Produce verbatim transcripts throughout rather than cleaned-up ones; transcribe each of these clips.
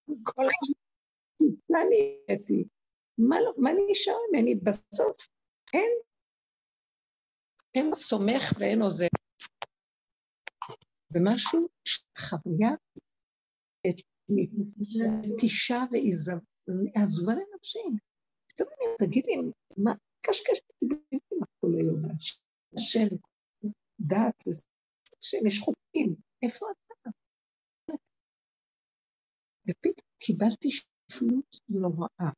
כל מה נהייתי? מה נשאר ממני בסוף? אין, אין סומך ואין עוזר. זה משהו שחוויה את נטישה ועזובה לנפשים. פתאום אני תגיד לי, מה קשקש תגידים כל היום? השם, דת, השם, יש חוקים, איפה אתה? ופתאום קיבלתי שפלות נוראה.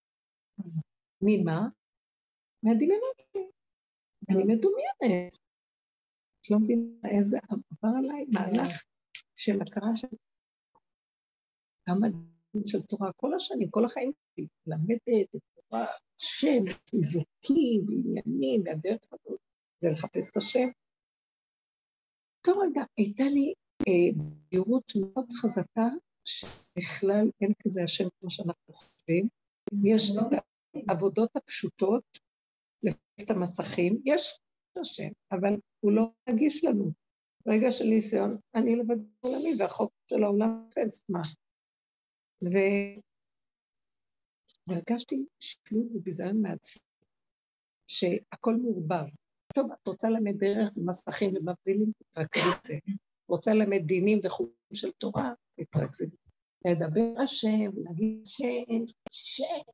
ממה? מהדמיונות שלי. אני מדומיינת. את לא מבינה איזה עבר עליי, מהלך של הכרה של... גם הדמיון של תורה, כל השנים, כל החיים שלי, למדת את תורה, שם, חיזוקים, ועניינים, והדרך הזאת, ולחפש את השם. אותו רגע, הייתה לי בהירות מאוד חזקה, שבכלל אין כזה השם כמו שאנחנו חושבים, יש את העבודות הפשוטות, לפי את המסכים, יש השם, אבל הוא לא מגיש לנו. ברגע של ניסיון, אני לבד בעולמי, והחוק של העולם נפס, מה? והרגשתי שפלות וביזיון מעצמי, שהכל מעורבב. טוב, את רוצה למד דרך במסכים ומבדילים, תתרכזי את זה. רוצה למד דינים וחוקים של תורה, תתרכזי. לדבר השם, להגיד שם, שם.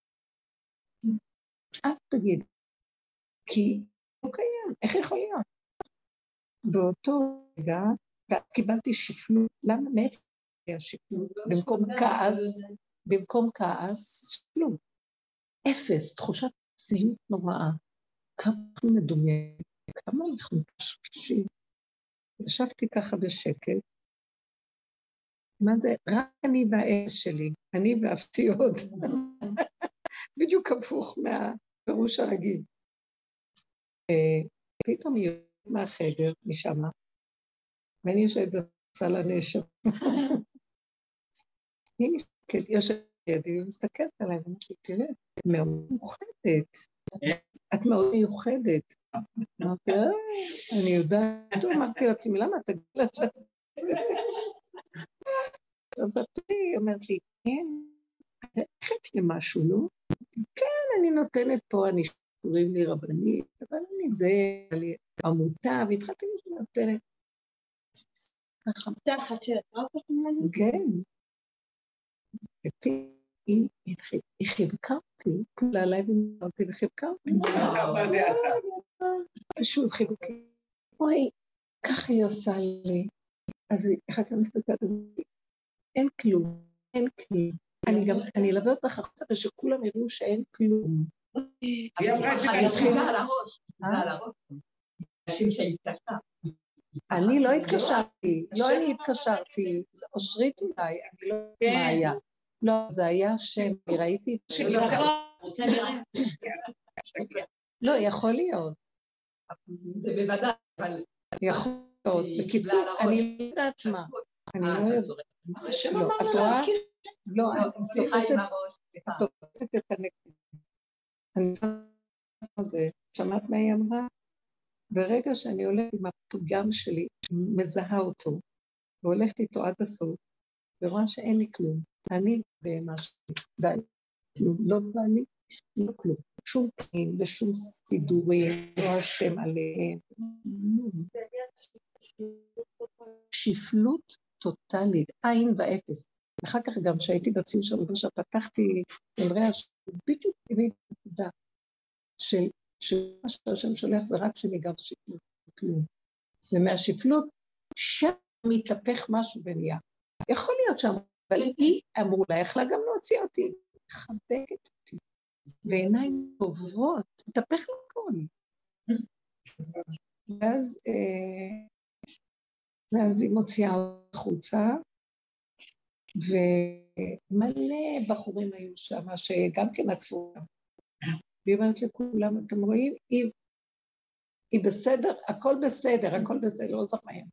אל תגיד, כי לא קיים, איך יכול להיות? באותו רגע, ואז קיבלתי שפלות, למה מאיפה היה שפלות? במקום כעס, במקום כעס, שפלות. אפס, תחושת סיוט נוראה. כמה אנחנו מדומיינים, כמה אנחנו קשקשים. ישבתי ככה בשקט, מה זה? רק אני והאש שלי, אני והפתיעות. בדיוק הפוך מהפירוש הרגיל. פתאום היא יוצאת מהחדר, משמה, ואני יושבת בסל הנשם. היא מסתכלת, יושבת לידי, ומסתכלת עליי, ואומרת לי, תראה, את מאוד מיוחדת. את מאוד מיוחדת. אמרתי, אני יודעת, אמרתי לעצמי, למה את תגילה שאת... היא אומרת לי, כן, הלכת למשהו, לא? כן, אני נותנת פה, אני קוראים לי רבנית, אבל אני זה, לי עמותה, והתחלתי לי נותנת. תחת של הפרקות? כן. היא חיבקה אותי, כולה עליי ואמרתי לה, חיבקה אותי. מה זה אתה? פשוט חיבקי. אוי, ככה היא עושה לי. אז איך אתה מסתכלת? אין כלום, אין כלום. אני גם, אני אלווה אותך החוצה ושכולם יראו שאין כלום. היא אמרה את זה היא התחילה על הראש. על הראש. אנשים שהתקשתה. אני לא התקשרתי, לא אני התקשרתי, אושרית אולי, אני לא יודעת מה היה. לא, זה היה שם, אני ראיתי את שם. לא, יכול להיות. זה בוודאי, אבל... יכול להיות. בקיצור, אני לא יודעת מה. אני לא יודעת. לא, את רואה? לא, את תופסת את הנקודה. אני זה, שמעת מה היא אמרה? ברגע שאני הולכת עם הפגם שלי, מזהה אותו, והולכת איתו עד הסוף, ורואה שאין לי כלום. אני במה שלי, די. לא ואני, לא כלום. שום קנים ושום סידורים, לא השם עליהם. שפלות טוטלית, עין ואפס. אחר כך גם שהייתי בציון של רבושה, פתחתי אלריה בדיוק טבעי נקודה, של שמה שהשם שולח זה רק שניגב שפלות. ומהשפלות שם מתהפך משהו ונהיה. יכול להיות שם, אבל היא אמרו לה, יכלה גם להוציא אותי, חבקת אותי, ועיניים טובות, מתהפך לכל. ואז, ואז היא מוציאה חוצה, ומלא בחורים היו שם, שגם כן עצרו. והיא אומרת לכולם, אתם רואים, היא, היא בסדר, הכל בסדר, הכל בסדר, לא זוכר מהם.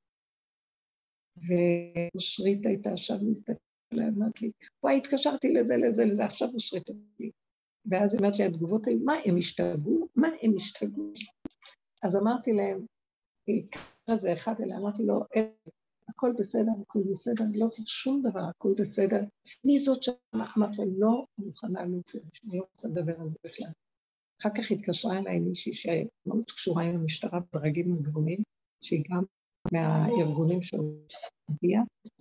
ואושרית הייתה שם, מסתכלת עליה, אמרת לי, וואי, התקשרתי לזה, לזה, לזה, עכשיו אושרית אותי. ואז אמרת לי, התגובות היו, מה, הם השתגעו? מה, הם השתגעו? אז אמרתי להם, היא קרא זה אחד אלה, אמרתי לו, הכל בסדר, הכל בסדר, לא צריך שום דבר, הכל בסדר. אני זאת שאמרת לו, לא מוכנה להוציא, שאני לא רוצה לדבר על זה בכלל. אחר כך התקשרה אליי מישהי שמאוד קשורה עם המשטרה בדרגים הגבוהים, שהיא גם מהארגונים שהוא הביאה.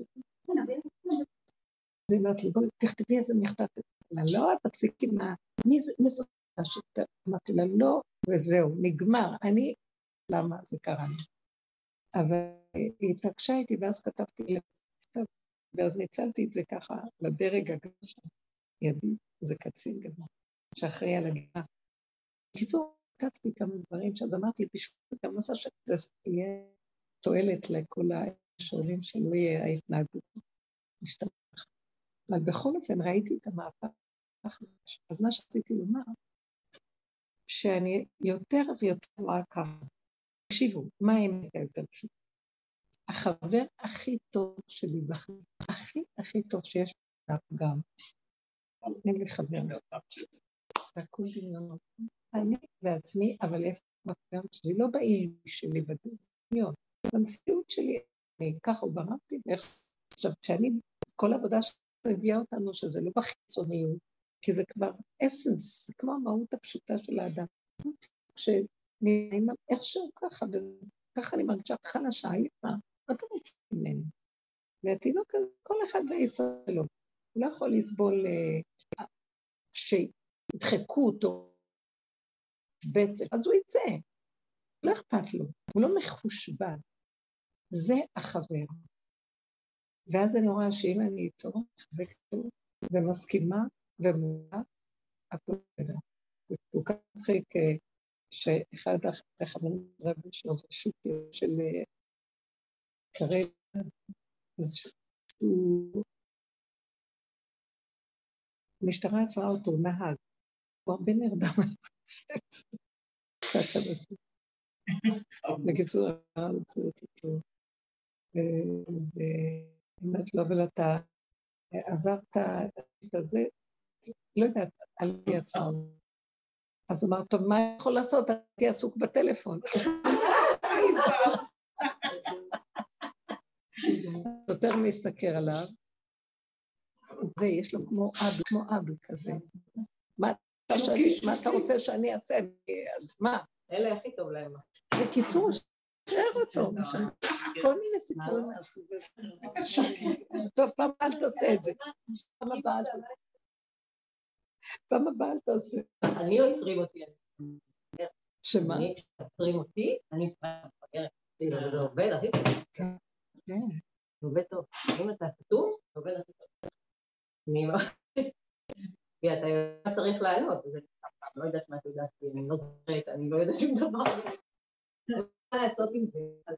אז היא אומרת לי, בואי תכתבי איזה מכתב. לא, תפסיקי מה, מי זאת השוטר? אמרתי לה, לא, וזהו, נגמר. אני, למה זה קרה לי? אבל היא התעקשה איתי, ואז כתבתי לה מכתב, ואז ניצלתי את זה ככה לדרג הגדול ידי, זה קצין גדול, שאחראי על הגירה. בקיצור, כתבתי כמה דברים, שאז אמרתי, בשביל זה גם עשה שזה יהיה תועלת לכל השואלים שלא יהיה ההתנהגות משתמש. אבל בכל אופן ראיתי את המהפך, אז מה שרציתי לומר, שאני יותר ויותר רואה ככה, תקשיבו, מה האמת היותר פשוט? החבר הכי טוב שלי בחיים, הכי הכי טוב שיש גם, אין לי חבר יותר פשוט, זה הכל דמיונות. אני בעצמי, אבל איפה בפגם שלי, לא בעיל שלי בדמיון, במציאות שלי, אני ככה ברמתי, ואיך, עכשיו, כשאני, כל עבודה שלי הביאה אותנו, שזה לא בחיצוניות, כי זה כבר אסנס, זה כמו המהות הפשוטה של האדם, כשנראים איכשהו ככה, וככה אני מרגישה חלשה, מה אתה רוצה ממני? והתינוק הזה, כל אחד והישראל שלו, הוא לא יכול לסבול שידחקו אותו, בצל, אז הוא יצא, לא אכפת לו, הוא לא מחושבן, זה החבר. ואז אני רואה שאם אני איתו, מחבקת ומסכימה ומולה, הכל בסדר. הוא כך צחיק שאחד החברים רבי שלו, זה שוקי של קרב, אז הוא, המשטרה עצרה אותו, נהג, הוא הרבה נרדם על ככה בסוף. בקיצור, אני רוצה לתת לו, ואומרת לו, אבל אתה עברת את זה, לא יודעת, על מי יצא. אז הוא אמר, טוב, מה יכול לעשות? הייתי עסוק בטלפון. יותר מסתכל עליו, זה יש לו כמו אבי, כמו אבי כזה. מה אתה רוצה שאני אעשה? אז מה? אלה הכי טוב להם. בקיצור, שחרר אותו. כל מיני סיפורים מהסוג הזה. טוב, פעם אל תעשה את זה. פעם הבאה אל תעשה. פעם הבאה אל תעשה. אני לא יצרים אותי. שמה? אני יצרים אותי, אני יצרים אותי. זה עובד הכי טוב. כן. זה עובד טוב. אם אתה סתום, זה עובד הכי טוב. אני לא... כי אתה צריך לענות. אני לא יודעת מה אתה יודעת, אני לא זוכרת, אני לא יודעת שום דבר. אני לא יכולה לעשות עם זה, אז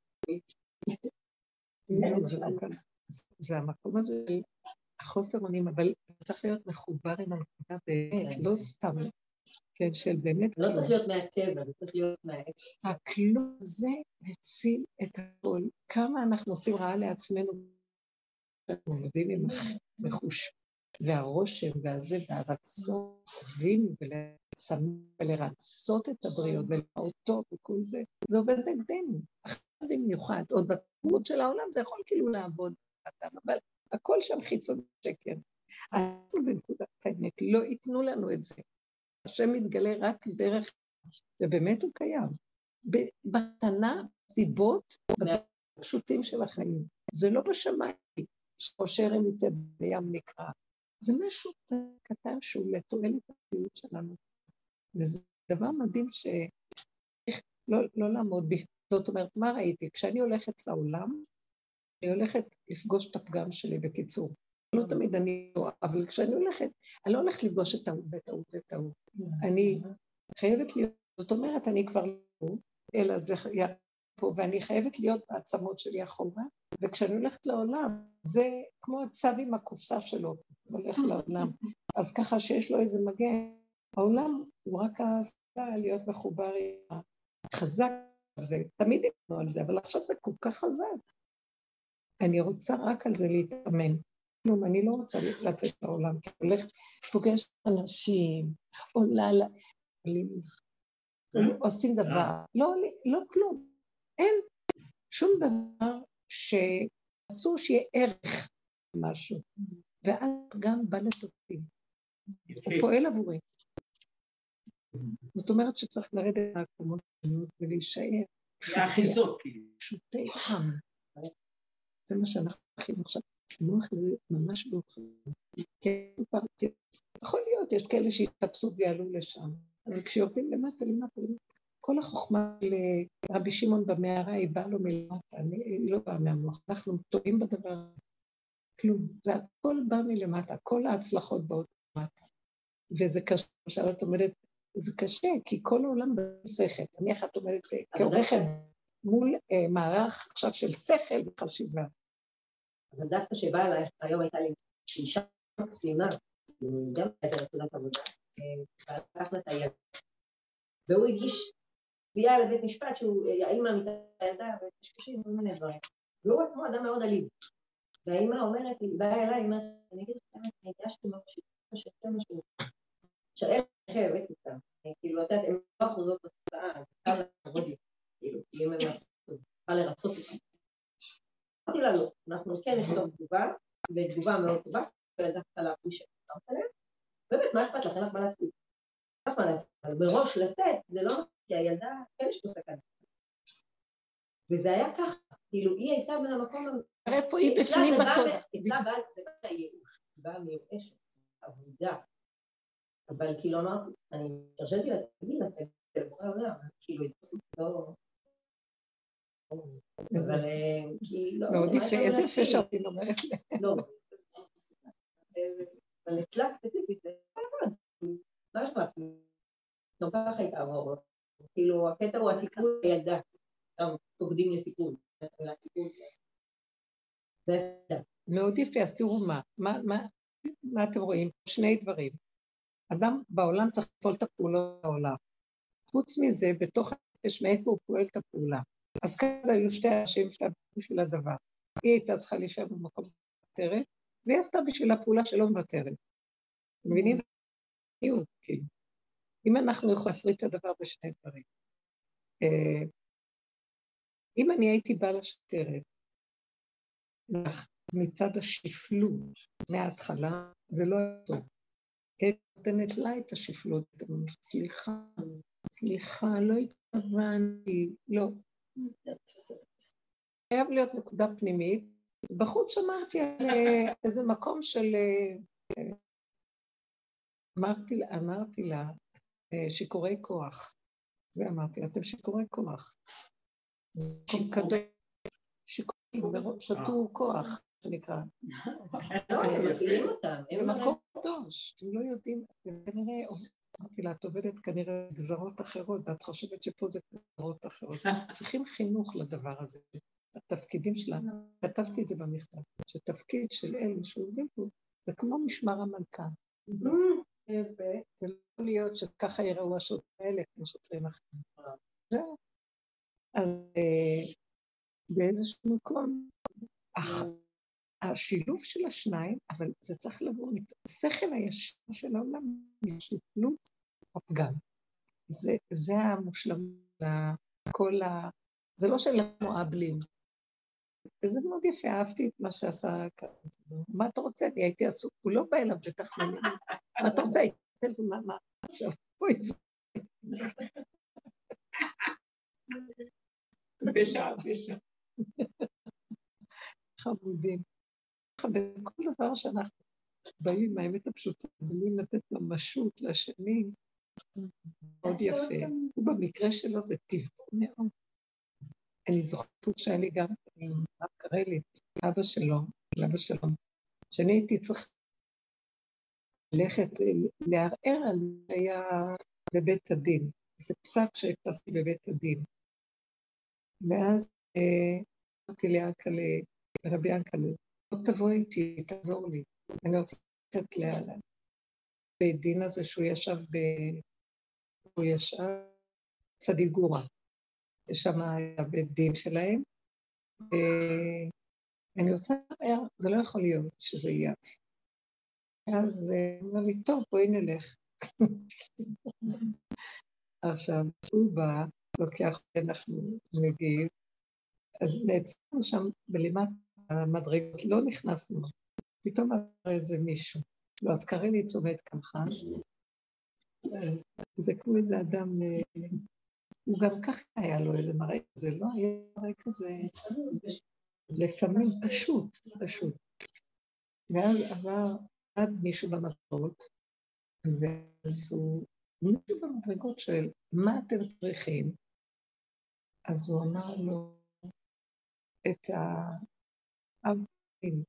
זה המקום הזה, החוסר אונים, אבל צריך להיות מחובר עם הנקודה באמת, לא סתם, כן, של באמת לא צריך להיות מהטבע, זה צריך להיות מהעץ. הכלום הזה מציל את הכל. כמה אנחנו עושים רעה לעצמנו, אנחנו עובדים עם מחוש, והרושם והזה, והרצון, להבין ולרצות את הבריות ולאותו וכל זה, זה עובד נגדנו. אחת במיוחד, עוד בתמות של העולם זה יכול כאילו לעבוד, אבל הכל שם חיצון שקר. אנחנו בנקודת האמת, לא ייתנו לנו את זה. השם מתגלה רק דרך, ובאמת הוא קיים. בתנה, סיבות, פשוטים של החיים. זה לא בשמיים, שחושר עם איתה בים נקרא. זה משהו קטן שהוא לתועלת המציאות שלנו. וזה דבר מדהים שצריך לא, לא לעמוד בי. זאת אומרת, מה ראיתי? כשאני הולכת לעולם, אני הולכת לפגוש את הפגם שלי בקיצור. לא תמיד אני לא, אבל כשאני הולכת, אני לא הולכת לפגוש את ההוא ואת ההוא ואת ההוא. אני חייבת להיות, זאת אומרת, אני כבר לא, אלא זה פה, ואני חייבת להיות בעצמות שלי אחורה, וכשאני הולכת לעולם, זה כמו הצו עם הקופסה שלו, הולך לעולם. אז ככה שיש לו איזה מגן, העולם הוא רק הסיבה להיות מחובר עם החזק, זה תמיד דיברנו על זה, אבל עכשיו זה כל כך חזק. אני רוצה רק על זה להתאמן. כלום, אני לא רוצה לצאת לעולם, כי אני הולכת, פוגשת אנשים, עולה, עושים דבר, לא, לא כלום. אין שום דבר שעשו שיהיה ערך משהו, ואז גם בא לטובים. הוא פועל עבורי. זאת אומרת שצריך לרדת מהקומות ולהישאר פשוטי עם. זה מה שאנחנו הולכים עכשיו. מוח זה ממש מאוחר. יכול להיות, יש כאלה שיתאפסו ויעלו לשם. אבל כשיורדים למטה, למטה, למטה, כל החוכמה לרבי שמעון במערה היא באה לו מלמטה, היא לא באה מהמוח. אנחנו טועים בדבר, כלום. זה הכל בא מלמטה, כל ההצלחות באות מלמטה. וזה קשה, עכשיו את אומרת, זה קשה, כי כל העולם בשכל. אני איך את אומרת, כעורכת מול מערך עכשיו של שכל וחשיבה. אבל דווקא שבאה אליי, היום הייתה לי אישה מקסימה, גם איזה נקודת עבודה, והלך לה את הילד. והוא הגיש תביעה לבית משפט שהוא האמא מתחת הילדה ושקשים וכל מיני דברים. והוא עצמו אדם מאוד עליב. והאמא אומרת, היא באה אליי, היא אומרת, אני אגיד לך, אני הגשתי משהו, ששתה משהו. שאלה איך הבאתי אותם. כאילו, אתה יודעת, הם לא אחוזות בתוצאה, אני צריכה לעבוד לי. כאילו, אם הם צריכה לרצות אותם. אמרתי לה, לא, אנחנו כן נכתוב תגובה, ותגובה מאוד טובה, ולדווקא להפריש את זה עליהם. באמת, מה אכפת לך? אין לך מה להצליח. אף מה להצליח. אבל בראש לתת, זה לא כי הילדה, כן יש פה סכנה. וזה היה ככה, כאילו, היא הייתה בין המקום... איפה היא בפנים בתודה? אצלה באה, זה באה הייאוש, באה מיואשת, עבודה. אבל כאילו אמרתי, אני הרשתי לה, תגיד לה, זה בורא עולם, כאילו, לא... אבל כאילו... מאוד יפה, איזה יפה שרתין אומרת לה. לא, אבל אצלה ספציפית, זה לא יש מה, לא ככה הייתה עבור, כאילו, הקטע הוא הטיפול לילדה, גם תוקדים לטיפול, זה סדר. מאוד יפה, אז תראו מה, מה אתם רואים? שני דברים. אדם בעולם צריך לפעול את הפעולות בעולם. חוץ מזה, בתוך הנפש מאיפה הוא פועל את הפעולה. אז כזה היו שתי אנשים בשביל הדבר. היא הייתה צריכה להישאר במקום מוותרת, והיא עשתה בשביל הפעולה שלא מוותרת. מבינים? יהיו, כאילו. אם אנחנו יכולים להפריד את הדבר בשני דברים. אם אני הייתי באה לשטרת, מצד השפלות מההתחלה, זה לא היה טוב. כי נותנת לה את השפלות, סליחה, סליחה, לא התכוונתי, לא. חייב להיות נקודה פנימית. בחוץ שמרתי על איזה מקום של... אמרתי, אמרתי לה, שיקורי כוח. זה אמרתי לה, אתם שיקורי כוח. שיקורים, שתו כוח, שנקרא. זה מקום קדוש, אתם לא יודעים, כנראה, אמרתי לה, את עובדת כנראה גזרות אחרות, ואת חושבת שפה זה גזרות אחרות. צריכים חינוך לדבר הזה. התפקידים שלנו, כתבתי את זה במכתב, שתפקיד של אלו שעובדים פה, זה כמו משמר המלכה. זה לא להיות שככה יראו השוטרים האלה, כמו שוטרים אחרים. זהו. אז באיזשהו מקום, השילוב של השניים, אבל זה צריך לבוא, השכל הישר של העולם, השפלות הפגם. זה המושלם, כל ה... זה לא שלנו אבלים. וזה מאוד יפה, אהבתי את מה שעשה כאן. מה אתה רוצה? אני הייתי עסוק, הוא לא בא אליו בתכננים. מה אתה רוצה? הייתי תל ומה, מה? עכשיו, בואי. בשעה, בשעה. חמודים. בכל דבר שאנחנו באים עם האמת הפשוטה, באים לתת ממשות לשני, מאוד יפה. ובמקרה שלו זה טבעי מאוד. אני זוכרת שהיה לי גם, מה קרה לי, אבא שלו, אבא שלו, שאני הייתי צריך ללכת, לערער על מה היה בבית הדין. זה פסק שהפסתי בבית הדין. ואז אמרתי לאנקלה, לרבי אנקלה, לא תבוא איתי, תעזור לי. אני רוצה ללכת לבית דין הזה שהוא ישב ב... הוא ישב צדיגורה. שם היה בית דין שלהם. אני רוצה לערער, זה לא יכול להיות שזה יהיה. אז הוא אומר לי, טוב, בואי נלך. עכשיו, הוא בא, לוקח, אנחנו מגיעים, אז נעצרנו שם בלימת המדרגות, לא נכנסנו. פתאום אמר איזה מישהו. לא, אז קרליץ עומד ככה. זה כמו איזה אדם, הוא גם ככה היה לו איזה מראה כזה, לא היה מראה כזה, לפעמים פשוט, פשוט. ואז עבר עד מישהו במדרגות, ואז הוא, מישהו במדרגות שואל, מה אתם צריכים? אז הוא אמר לו את האבים,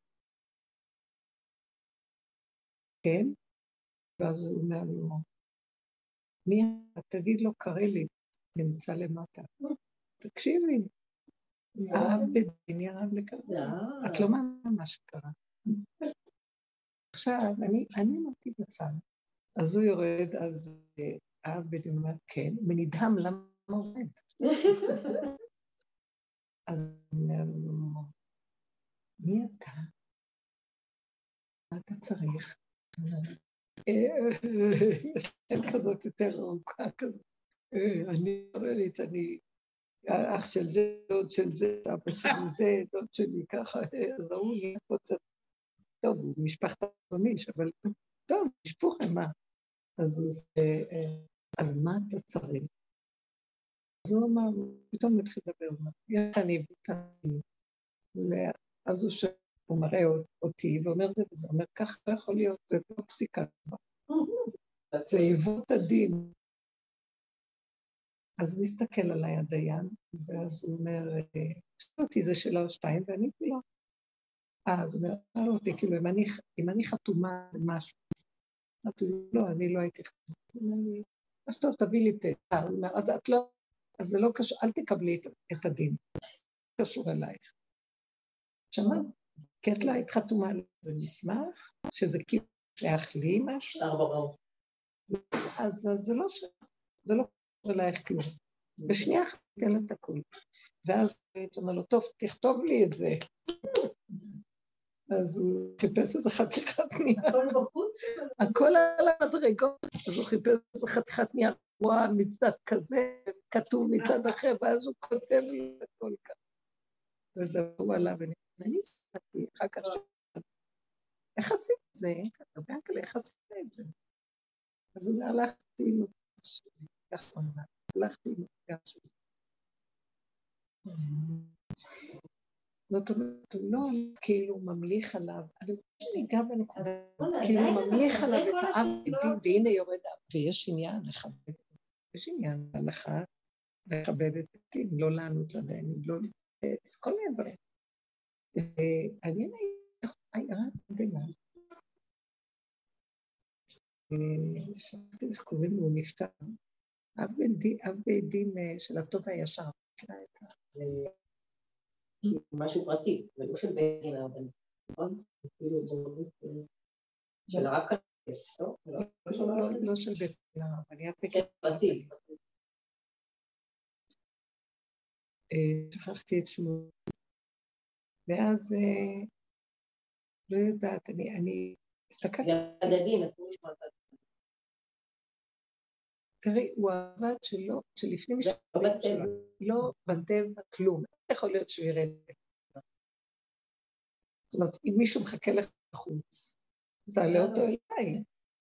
כן? ואז הוא אומר לו, מי אתה? תגיד לו, קרליץ, נמצא למטה. תקשיבי, האב בדין ירד לקרליץ. את לא מאמינה מה שקרה. עכשיו, אני אמרתי בצד. אז הוא יורד, אז האב בדין אומר, כן, ונדהם למה עובד. אז הוא אומר לו, מי אתה? מה אתה צריך? אין כזאת יותר ארוכה כזאת. אני קרליץ, אני אח של זה, דוד של זה, אבא שלי זה, דוד שלי ככה, אז הוא לי פה קצת, טוב, הוא משפחת המיש, אבל טוב, משפוך מה. אז הוא עושה, אז מה אתה צריך? אז הוא אמר, פתאום מתחיל לדבר, הוא אומר, יש אני עיוותני, אז הוא שואל, הוא מראה אותי, ואומר זה וזה, הוא אומר, כך לא יכול להיות, זה לא פסיקה כבר. זה עיוות הדין. אז הוא מסתכל עליי הדיין, ואז הוא אומר, שאל אותי, זה שאלה או שתיים, ואני לא. אז הוא אומר, שאל אותי, כאילו, אם אני, אם אני חתומה על משהו, אמרתי לו, לא, אני לא הייתי חתומה. הוא אומר לי, אז טוב, תביא לי פתע. הוא אומר, אז את לא, אז זה לא קשור, אל תקבלי את, את הדין. קשור אלייך. שמע, כי את לא היית חתומה על זה מסמך, שזה כאילו שייך לי משהו. אז, אז זה לא שייך, זה לא קשור אלייך כלום. בשנייה אחת תן לה את הכול. ואז הוא אומר לו, טוב, תכתוב לי את זה. אז הוא חיפש איזה חתיכת נייר. הכל בחוץ? הכל על המדרגות. אז הוא חיפש איזה חתיכת נייר, רואה מצד כזה, כתוב מצד אחר, ואז הוא כותב לי את הכל ככה. וזהו עליו, ואני הסתכלתי, אחר כך שאלה, איך עשית את זה? איך עשית את זה? אז הוא אומר, הלכתי עם אותה שלי, ככה אמרה, הלכתי עם אותה שלי. זאת אומרת, הוא לא כאילו ממליך עליו, אני ניגע בנקודה, כאילו ממליך עליו את האב עדים, והנה יורד האב, ויש עניין לכבד, יש עניין להלכה, לכבד את הדין, לא לענות לדיינים, לא להתפץ, כל מיני דברים. ואני רק גדלה. שמעתי איך קוראים לו, הוא נפטר. אב בית דין של הטוב הישר. משהו פרטי, זה לא של בית דין הרבני, נכון? של הרב קלטש, לא? לא של בית דין הרבני, כן, פרטי. שכחתי את שמו. ואז לא יודעת, אני הסתכלתי. יד הדין, עצמו לשמוע את הדין. תראי, הוא עבד שלו, שלפנים משפטים שלו, לא בטבע כלום. יכול להיות שהוא ירד. זאת אומרת, אם מישהו מחכה לך בחוץ, תעלה אותו אליי.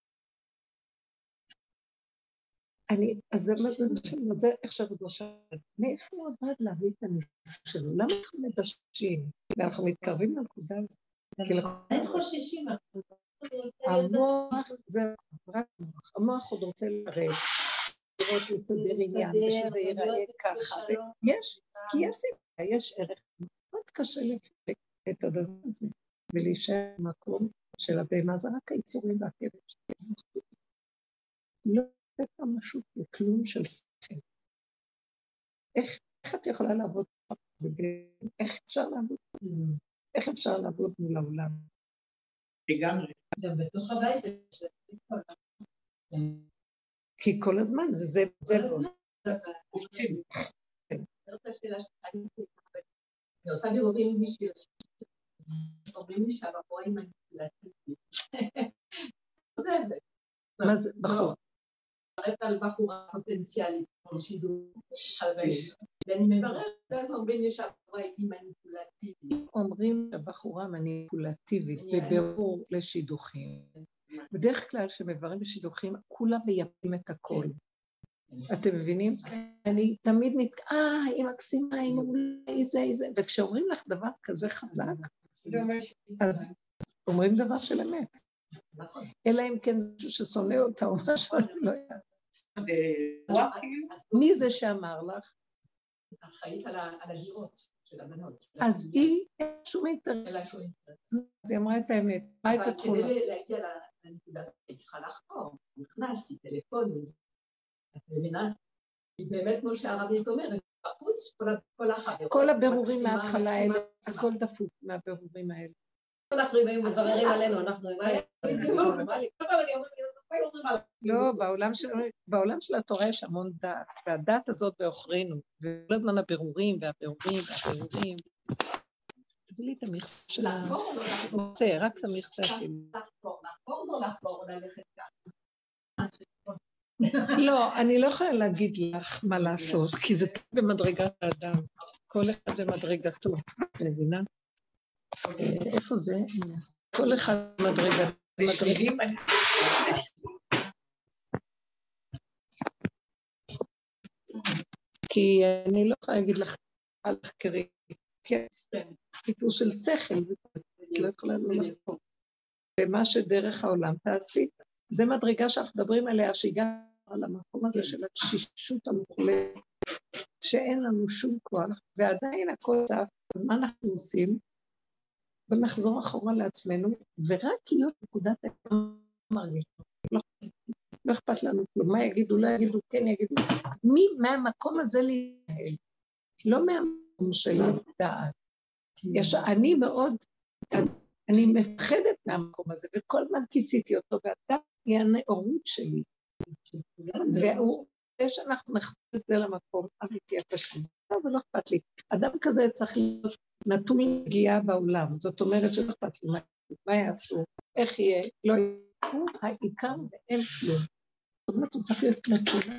אני, אז זה מה זה עכשיו דרשה, מאיפה הוא עבד להביא את הנפש שלו? למה אנחנו מדשים? ואנחנו מתקרבים לנקודה הזאת. אין חוששים. המוח, זה רק המוח. המוח עוד רוצה לראות, לראות לסדר עניין, ושזה ייראה ככה. יש, כי יש סיבה, יש ערך. מאוד קשה לפרק את הדבר הזה, ולהישאר במקום של הבהמה, זה רק היצורים והכבד שלנו. לא לתת משהו לכלום של שכל. איך, איך את יכולה לעבוד? איך אפשר לעבוד? איך אפשר לעבוד מול העולם? לגמרי. גם בתוך הבית. כי כל הזמן זה זה זה בו. אני עושה בירורים בשביל אומרים לי שהבחורים מה זה בחור? מראת על בחורה פוטנציאלית, על שידור, ואני מברך, ואז אומרים לי שהבחורים היא מניפולטיבית. אומרים שהבחורה מניפולטיבית בבירור לשידוכים. בדרך כלל כשמברים בשידוכים, כולם מייפים את הכל. אתם מבינים? אני תמיד נתקעה, אה, היא מקסימה, היא אולי זה, זה, וכשאומרים לך דבר כזה חזק, אז אומרים דבר של אמת. אלא אם כן משהו ששונא אותה או משהו, אני לא יודעת. מי זה שאמר לך? אחראית על הדירות של הבנות. אז היא, אין שום אינטרס. אז היא אמרה את האמת, מה את התכונה? אבל כדי להגיע לנקודה, היא צריכה לחקור. נכנסתי, טלפונים. את מבינה? היא באמת, כמו שהרבנית אומרת, בחוץ, כל החברות. כל הבירורים מההתחלה האלה, הכל דפוק מהבירורים האלה. אנחנו היו מבררים עלינו, אנחנו לא, בעולם של התורה יש המון דעת, והדעת הזאת בעוכרינו, וכל הזמן הבירורים והבירורים והבירורים. תביא לי את המכסה של המוצא, רק את המכסה שלי. לחקור, לחקור, לא לחקור, ללכת כאן. לא, אני לא יכולה להגיד לך מה לעשות, כי זה במדרגת האדם. כל אחד במדרגתו, מבינה? איפה זה? כל אחד במדרגת. כי אני לא יכולה להגיד לך, אל תחקרי, חיפוש של שכל, את לא יכולה לא לחקור. ומה שדרך העולם תעשי, זה מדרגה שאנחנו מדברים עליה, שהגענו על המקום הזה של התשישות המוחלטת, שאין לנו שום כוח, ועדיין הכל צף, אז מה אנחנו עושים? בוא נחזור אחורה לעצמנו, ורק להיות נקודת המרגיש. לא אכפת לנו כלום, מה יגידו, לא יגידו, כן יגידו. מי מהמקום הזה להתנהל? לא מהמקום של הדעת. יש, אני מאוד, אני מפחדת מהמקום הזה, וכל הזמן כיסיתי אותו, והדעת היא הנאורות שלי. והוא, זה שאנחנו נחזור את זה למקום, אמיתי הפשוט. אבל לא אכפת לי. אדם כזה צריך להיות נתון פגיעה בעולם. זאת אומרת שלא אכפת לי מה יעשו, איך יהיה, לא יהיה. הוא העיקר ואין כלום. זאת אומרת, הוא צריך להיות נתון.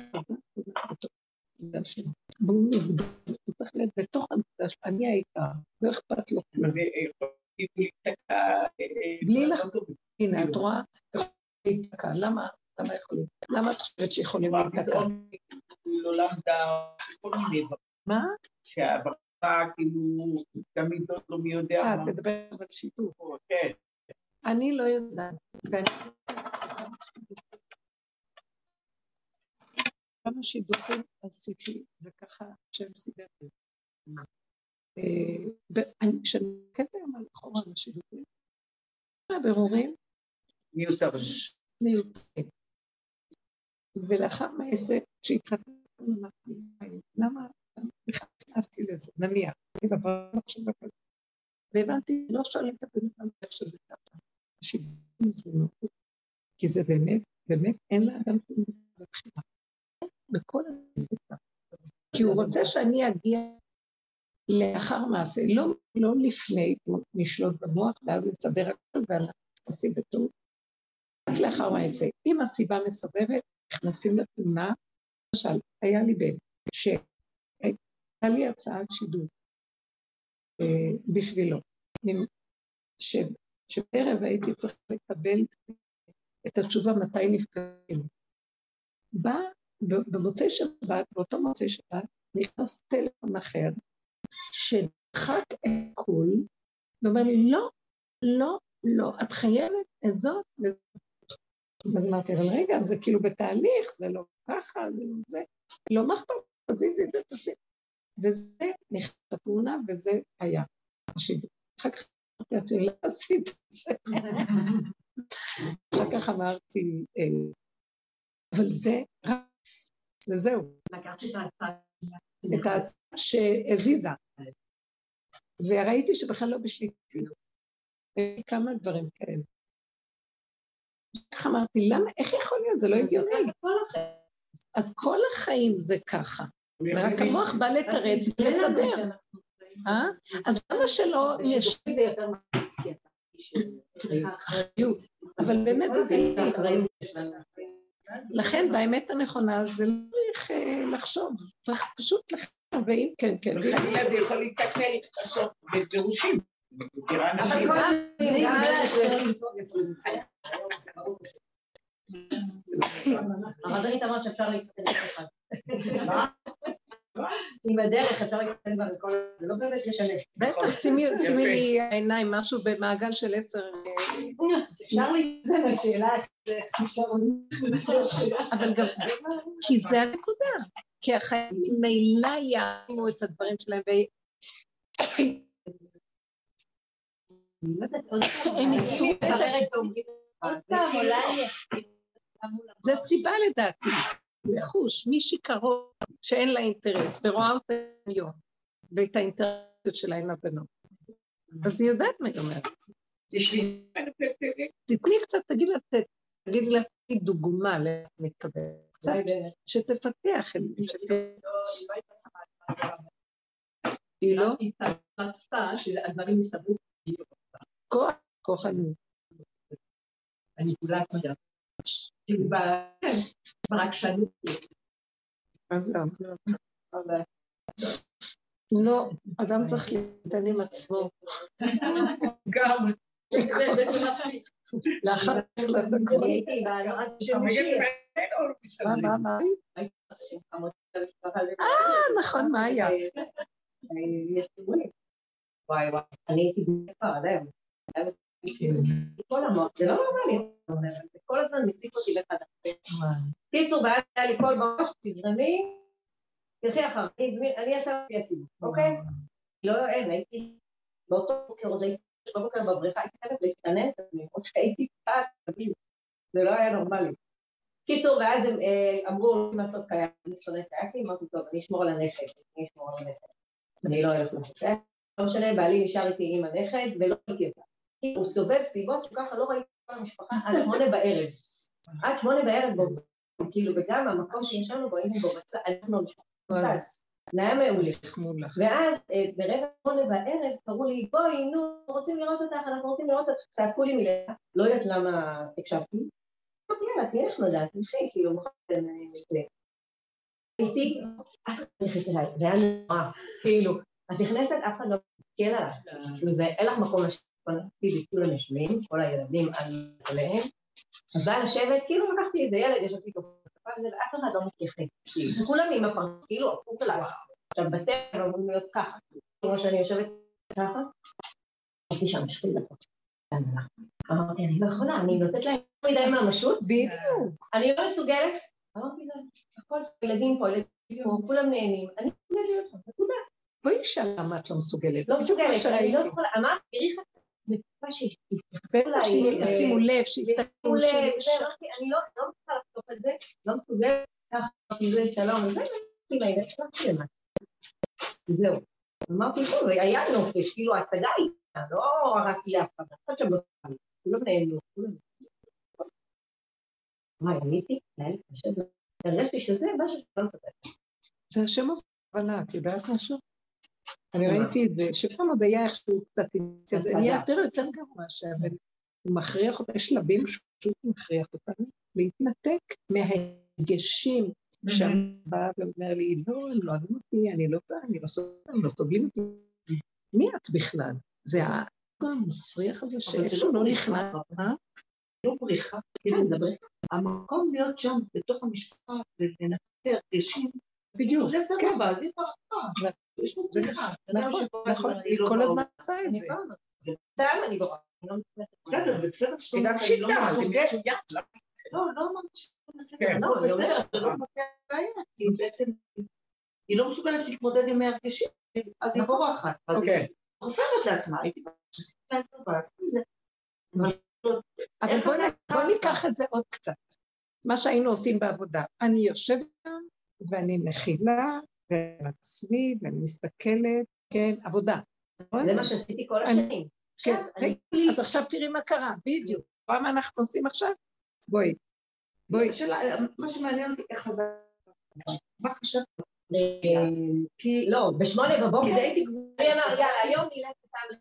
והוא נגדל, הוא צריך להיות בתוך המקדש, אני העיקר, לא אכפת לו. מה זה יכול להיתקע? בלי לך, הנה, את רואה, יכול להיתקע. למה? למה יכול להיתקע? למה את חושבת שיכולים להיתקע? לא למדה כל מיני דבר. מה? שהברכה כאילו תמיד לא מי יודע מה. אה, תדבר על שיתוף. כן. אני לא יודעת. כמה שידוכים עשיתי, זה ככה שם סידר לי. כשאני מקטע היום על אחורה על השידוכים, הבירורים מיותרים. מיותרים. ולאחר מעשה, כשהתחתנו, למה נכנסתי לזה, נניח, אני בבר עכשיו בפרק, והבנתי, לא שואלים את הבן איך שזה ככה, השידוכים זה מאוד, כי זה באמת, באמת אין לאדם שום בבחירה. בכל הזמן, כי הוא רוצה שאני אגיע לאחר מעשה, לא, לא לפני, נשלוט במוח, ואז לצדר הכל, ואנחנו עושים בטוב, רק לאחר מעשה. אם הסיבה מסובבת, נכנסים לתמונה, למשל, היה לי בן, שהייתה לי הצעת שידור אה, בשבילו, ש, שבערב הייתי צריך לקבל את התשובה מתי נפגעים. בא, במוצאי שבת, באותו מוצאי שבת, נכנס טלפון אחר, שדחק את הכל, ואומר לי, לא, לא, לא, את חייבת את זאת, וזאת. אז אמרתי, אבל רגע, זה כאילו בתהליך, זה לא ככה, זה לא זה, לא מחפר, זה זה זה זה, וזה נכנס לתמונה, וזה היה השידור. אחר כך אמרתי, אני לא עשית את זה. אחר כך אמרתי, אבל זה רץ, וזהו. לקחת את ההצעה. את ההצעה שהזיזה. וראיתי שבכלל לא בשליטי. כמה דברים כאלה. איך אמרתי, למה, איך יכול להיות? זה לא הגיוני. אז כל החיים זה ככה. ורק המוח בא לתרץ ולסדר. אז למה שלא יש... זה יותר מעסקי. אבל באמת זה דמיוני. לכן באמת הנכונה זה לא צריך לחשוב, צריך פשוט ואם כן, כן. וחלילה זה יכול להתקל בסוף בגירושים. מכירה אנשים. הרבנית אמרה שאפשר להתקל אחד. עם הדרך אפשר להתקל כבר את כל... זה לא באמת לשנה. בטח, שימי לי העיניים, משהו במעגל של עשר... אפשר להתקל לשאלה. אבל גם... כי זה הנקודה. כי החיים ממילא יעמו את הדברים שלהם ו... הם יצאו זה סיבה לדעתי, לחוש, מי שקרוב שאין לה אינטרס ורואה אותה היום ואת האינטרסיות שלה עם הבנות, אז היא יודעת מה היא אומרת. תתני קצת, תגיד לה, תגיד לה דוגמה למתקבל, קצת שתפתח את זה. היא לא? היא רצתה שהדברים יסתברו. כוח, כוחנו. מניפולציה. ברגשנות. אז לא, אדם צריך להתעניין עם עצמו. גם. לאחר כך לדקות. מה, מה, מה? אה, נכון, מה היה? וואי וואי, אני הייתי בקר, עדיין. כל המוח, זה לא נורמלי, זה כל הזמן מציק אותי לך. קיצור, ואז היה לי כל בראש, תזרמי, תלכי אחר, אני אעשה לי הסיבוב, אוקיי? לא, אין, הייתי באותו בוקר, עוד הייתי בבוקר בבריכה, הייתי חייבת להתענן את עצמי, עוד שהייתי פעת, זה לא היה נורמלי. קיצור, ואז הם אמרו לי לעשות קייק, אני שונאת קייקים, אמרתי, טוב, אני אשמור על הנכד, אני אשמור על הנכד. אני לא הולכת לחצה, לא משנה, בעלי נשאר איתי עם הנכד, ולא הייתי אותה. הוא סובב סביבות שככה לא ראיתי כל המשפחה עד שמונה בערב. עד שמונה בערב בו, כאילו, וגם המקום שישנו בו, היינו בו בצד, אנחנו משפחה. זה היה מעולה. ואז ברבע שמונה בערב קראו לי, בואי, נו, רוצים לראות אותך, אנחנו רוצים לראות אותך, צעקו לי מילה, לא יודעת למה הקשבתי. יאללה, תהיה נחמדה, תלכי, כאילו, מוכן, הייתי, אף אחד נכנס אליי, זה היה נורא, כאילו, את נכנסת, אף אחד לא תקל עליי, כאילו, זה, אין לך מקום לשבת, פיזית, כולם יושבים, כל הילדים עליהם, אז באה לשבת, כאילו, לקחתי איזה ילד, ישבתי כפה, ואף אחד לא מתייחס, כאילו, כולם עם הפרס, כאילו, הפוך עליי, עכשיו, בטבע, אמורים להיות ככה, כמו שאני יושבת ככה, הייתי שם שתי דקות, אמרתי, אני לא יכולה, אני נותנת להם מדי מהמשות, בדיוק. אני לא מסוגלת, אמרתי, זה הכל ילדים פה, כולם נהנים, אני מסוגלת להיות שם, נקודה. בואי נשאל למה את לא מסוגלת. לא מסוגלת, אני לא יכולה, אמרת, תראי לך, בתקופה שהתייחסו לה, שישימו לב, שיסתכלו לב, אמרתי, אני לא יכולה לחתוך את זה, לא מסוגלת, ככה, כי זה שלום, וזה, אמרתי לה, זה שלמתי למה. זהו. אמרתי, טוב, היה נופש, כאילו, ההצגה היא, לא הרסתי לאף אחד, אני חושבת שבא, כולם נהנו, כולם נהנו. מה, עליתי? נהלתי, הרגשתי שזה משהו שלא מסתכל. זה השם עושה הבנה, את יודעת משהו? אני ראיתי את זה, שפעם עוד היה איכשהו קצת איניציה, זה נהיה יותר יותר גרוע, אבל הוא מכריח אותה, יש שלבים שפשוט מכריח אותנו, להתנתק מההגשים, שבא ואומר לי, לא, הם לא אוהבים אותי, אני לא באה, אני לא סובלת, הם לא סובלים אותי. מי את בכלל? זה המסריח הזה שאיזשהו לא נכנס, מה? לא בריחה, המקום להיות שם בתוך המשפחה ולנתר גשים, בדיוק, זה סבבה, זה פרחה, יש לו בריחה. נכון, נכון, היא כל הזמן עושה את זה. זה סתם, אני בוראה. בסדר, זה בסדר שאתה גם שיטה, זה מצוין. לא, לא ממש בסדר, לא בסדר, זה לא מפתח בעיה, כי בעצם היא לא מסוגלת להתמודד עם ההרגשים, אז היא בורחת, אז היא חופרת לעצמה, הייתי שעשיתי לה טובה, עשיתי את זה. אבל בוא ניקח את זה עוד קצת, מה שהיינו עושים בעבודה, אני יושבת שם ואני מכילה ועצמי ואני מסתכלת, כן, עבודה. זה מה שעשיתי כל השנים. אז עכשיו תראי מה קרה, בדיוק, מה אנחנו עושים עכשיו? בואי, בואי. מה שמעניין אותי, איך חזר, מה חשבת? לא, בשמונה בבוקר, כי זה הייתי אני אמר, יאללה, היום נילך את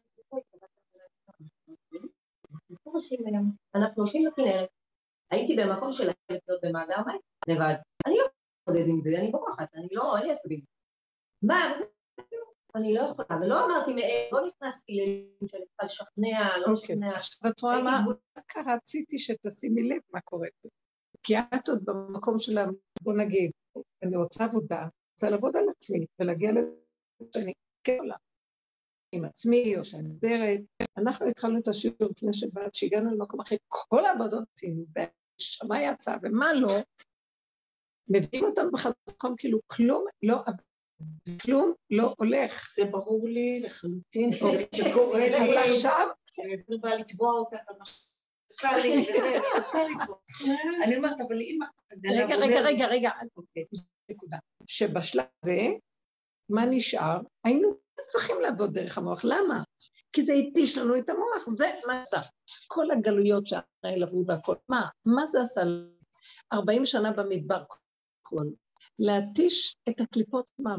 אנחנו הולכים לכנרת, הייתי במקום של להיות במאגר מים, לבד, אני לא מתמודד עם זה, אני בורחת, אני לא, אני עצבים. מה? אני לא יכולה, ולא אמרתי, לא נכנסתי ללימוד שאני צריכה לשכנע, לא לשכנע. עכשיו את רואה מה, דווקא רציתי שתשימי לב מה קורה פה. כי את עוד במקום של, בוא נגיד, אני רוצה עבודה, רוצה לעבוד על עצמי, ולהגיע לזה שאני כן עולה. עם עצמי, או שאני דרת. אנחנו התחלנו את השיעור לפני שבאת, שהגענו למקום אחרי כל העבודות עשינו, ושמה יצא, ומה לא, מביאים אותנו בחזקום, כאילו כלום לא עבד. כלום לא הולך. זה ברור לי לחלוטין, זה קורה לי. אבל עכשיו... אני אפילו באה לתבוע אותך על מה שעשה לי, וזה, אני רוצה לתבוע. אני אומרת, אבל אם... רגע, רגע, רגע, רגע. נקודה. שבשלב הזה, מה נשאר? היינו צריכים לעבוד דרך המוח. למה? כי זה התיש לנו את המוח. זה מה עשה. כל הגלויות שהאחרי עברו והכל. מה? מה זה עשה? ארבעים שנה במדבר כל. להתיש את הקליפות עצמם.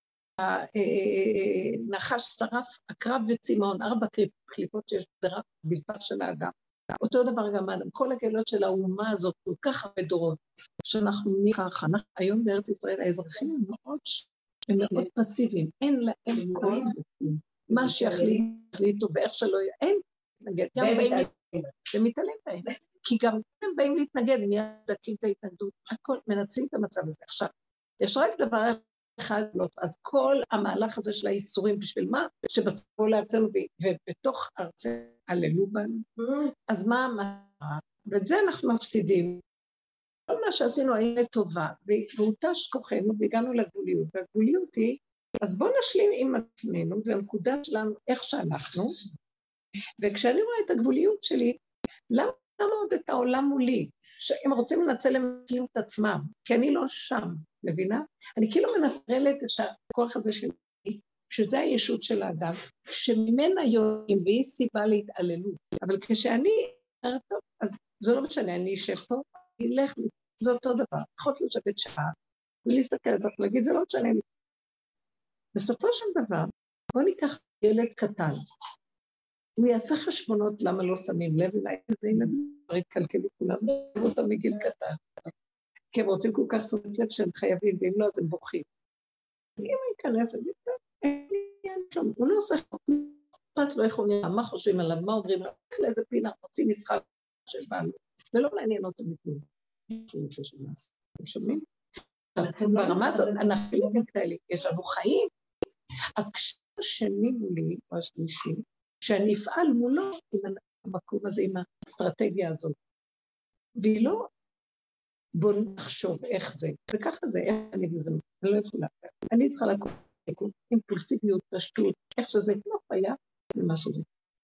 הנחש שרף, הקרב וצימון, ארבע קליפות שיש בדבר של האדם. אותו דבר גם האדם. כל הגלות של האומה הזאת, כל כך הרבה דורות, שאנחנו ככה, היום בארץ ישראל, האזרחים הם מאוד, הם מאוד פסיביים, אין להם כל מה שיחליטו באיך שלא יהיה, אין להתנגד, גם באים להתנגד, ומתעלים בהם, כי גם הם באים להתנגד, הם ידקים את ההתנגדות, הכל, מנצלים את המצב הזה. עכשיו, יש רק דבר אחד, אז כל המהלך הזה של האיסורים, בשביל מה? שבסופו לארצנו, ובתוך ארצנו עללו בנו, אז מה המהלך? ואת זה אנחנו מפסידים. כל מה שעשינו היה לטובה, והותש כוחנו, והגענו לגבוליות, והגבוליות היא, אז בואו נשלים עם עצמנו, והנקודה שלנו, איך שאנחנו, וכשאני רואה את הגבוליות שלי, למה עוד את העולם מולי, שהם רוצים לנצל למצילים את עצמם, כי אני לא שם, מבינה? אני כאילו מנטרלת את הכוח הזה שלי, שזה הישות של האדם, שממנה יורים והיא סיבה להתעללות, אבל כשאני, אז זה לא משנה, אני אשב פה, אני אלך, זה אותו דבר, יכולת לשבת שעה, ולהסתכל על זה, להגיד, זה לא משנה. בסופו של דבר, בוא ניקח ילד קטן, הוא יעשה חשבונות למה לא שמים לב, אולי איזה ילדים כבר התקלקלו כולם, הם אותם מגיל קטן, כי הם רוצים כל כך שמת לב שהם חייבים, ואם לא אז הם בוכים. אם הוא ייכנס, אני אגיד, הוא לא עושה חפת לו איך הוא נראה, מה חושבים עליו, מה אומרים לו, רק לאיזה פינה, רוצים משחק שבא לו, ולא מעניין אותו מכלום. אתם שומעים? ברמה הזאת, אנחנו לא כאלה, יש לנו חיים, אז כשהשני מולי, או השלישי, שאני אפעל מולו עם המקום הזה, עם האסטרטגיה הזאת, והיא לא, בוא נחשוב איך זה, וככה זה, איך אני וזה, אני לא יכולה, אני צריכה לקום, אימפולסיביות, פשטות, איך שזה, לא חיה, ומה שזה.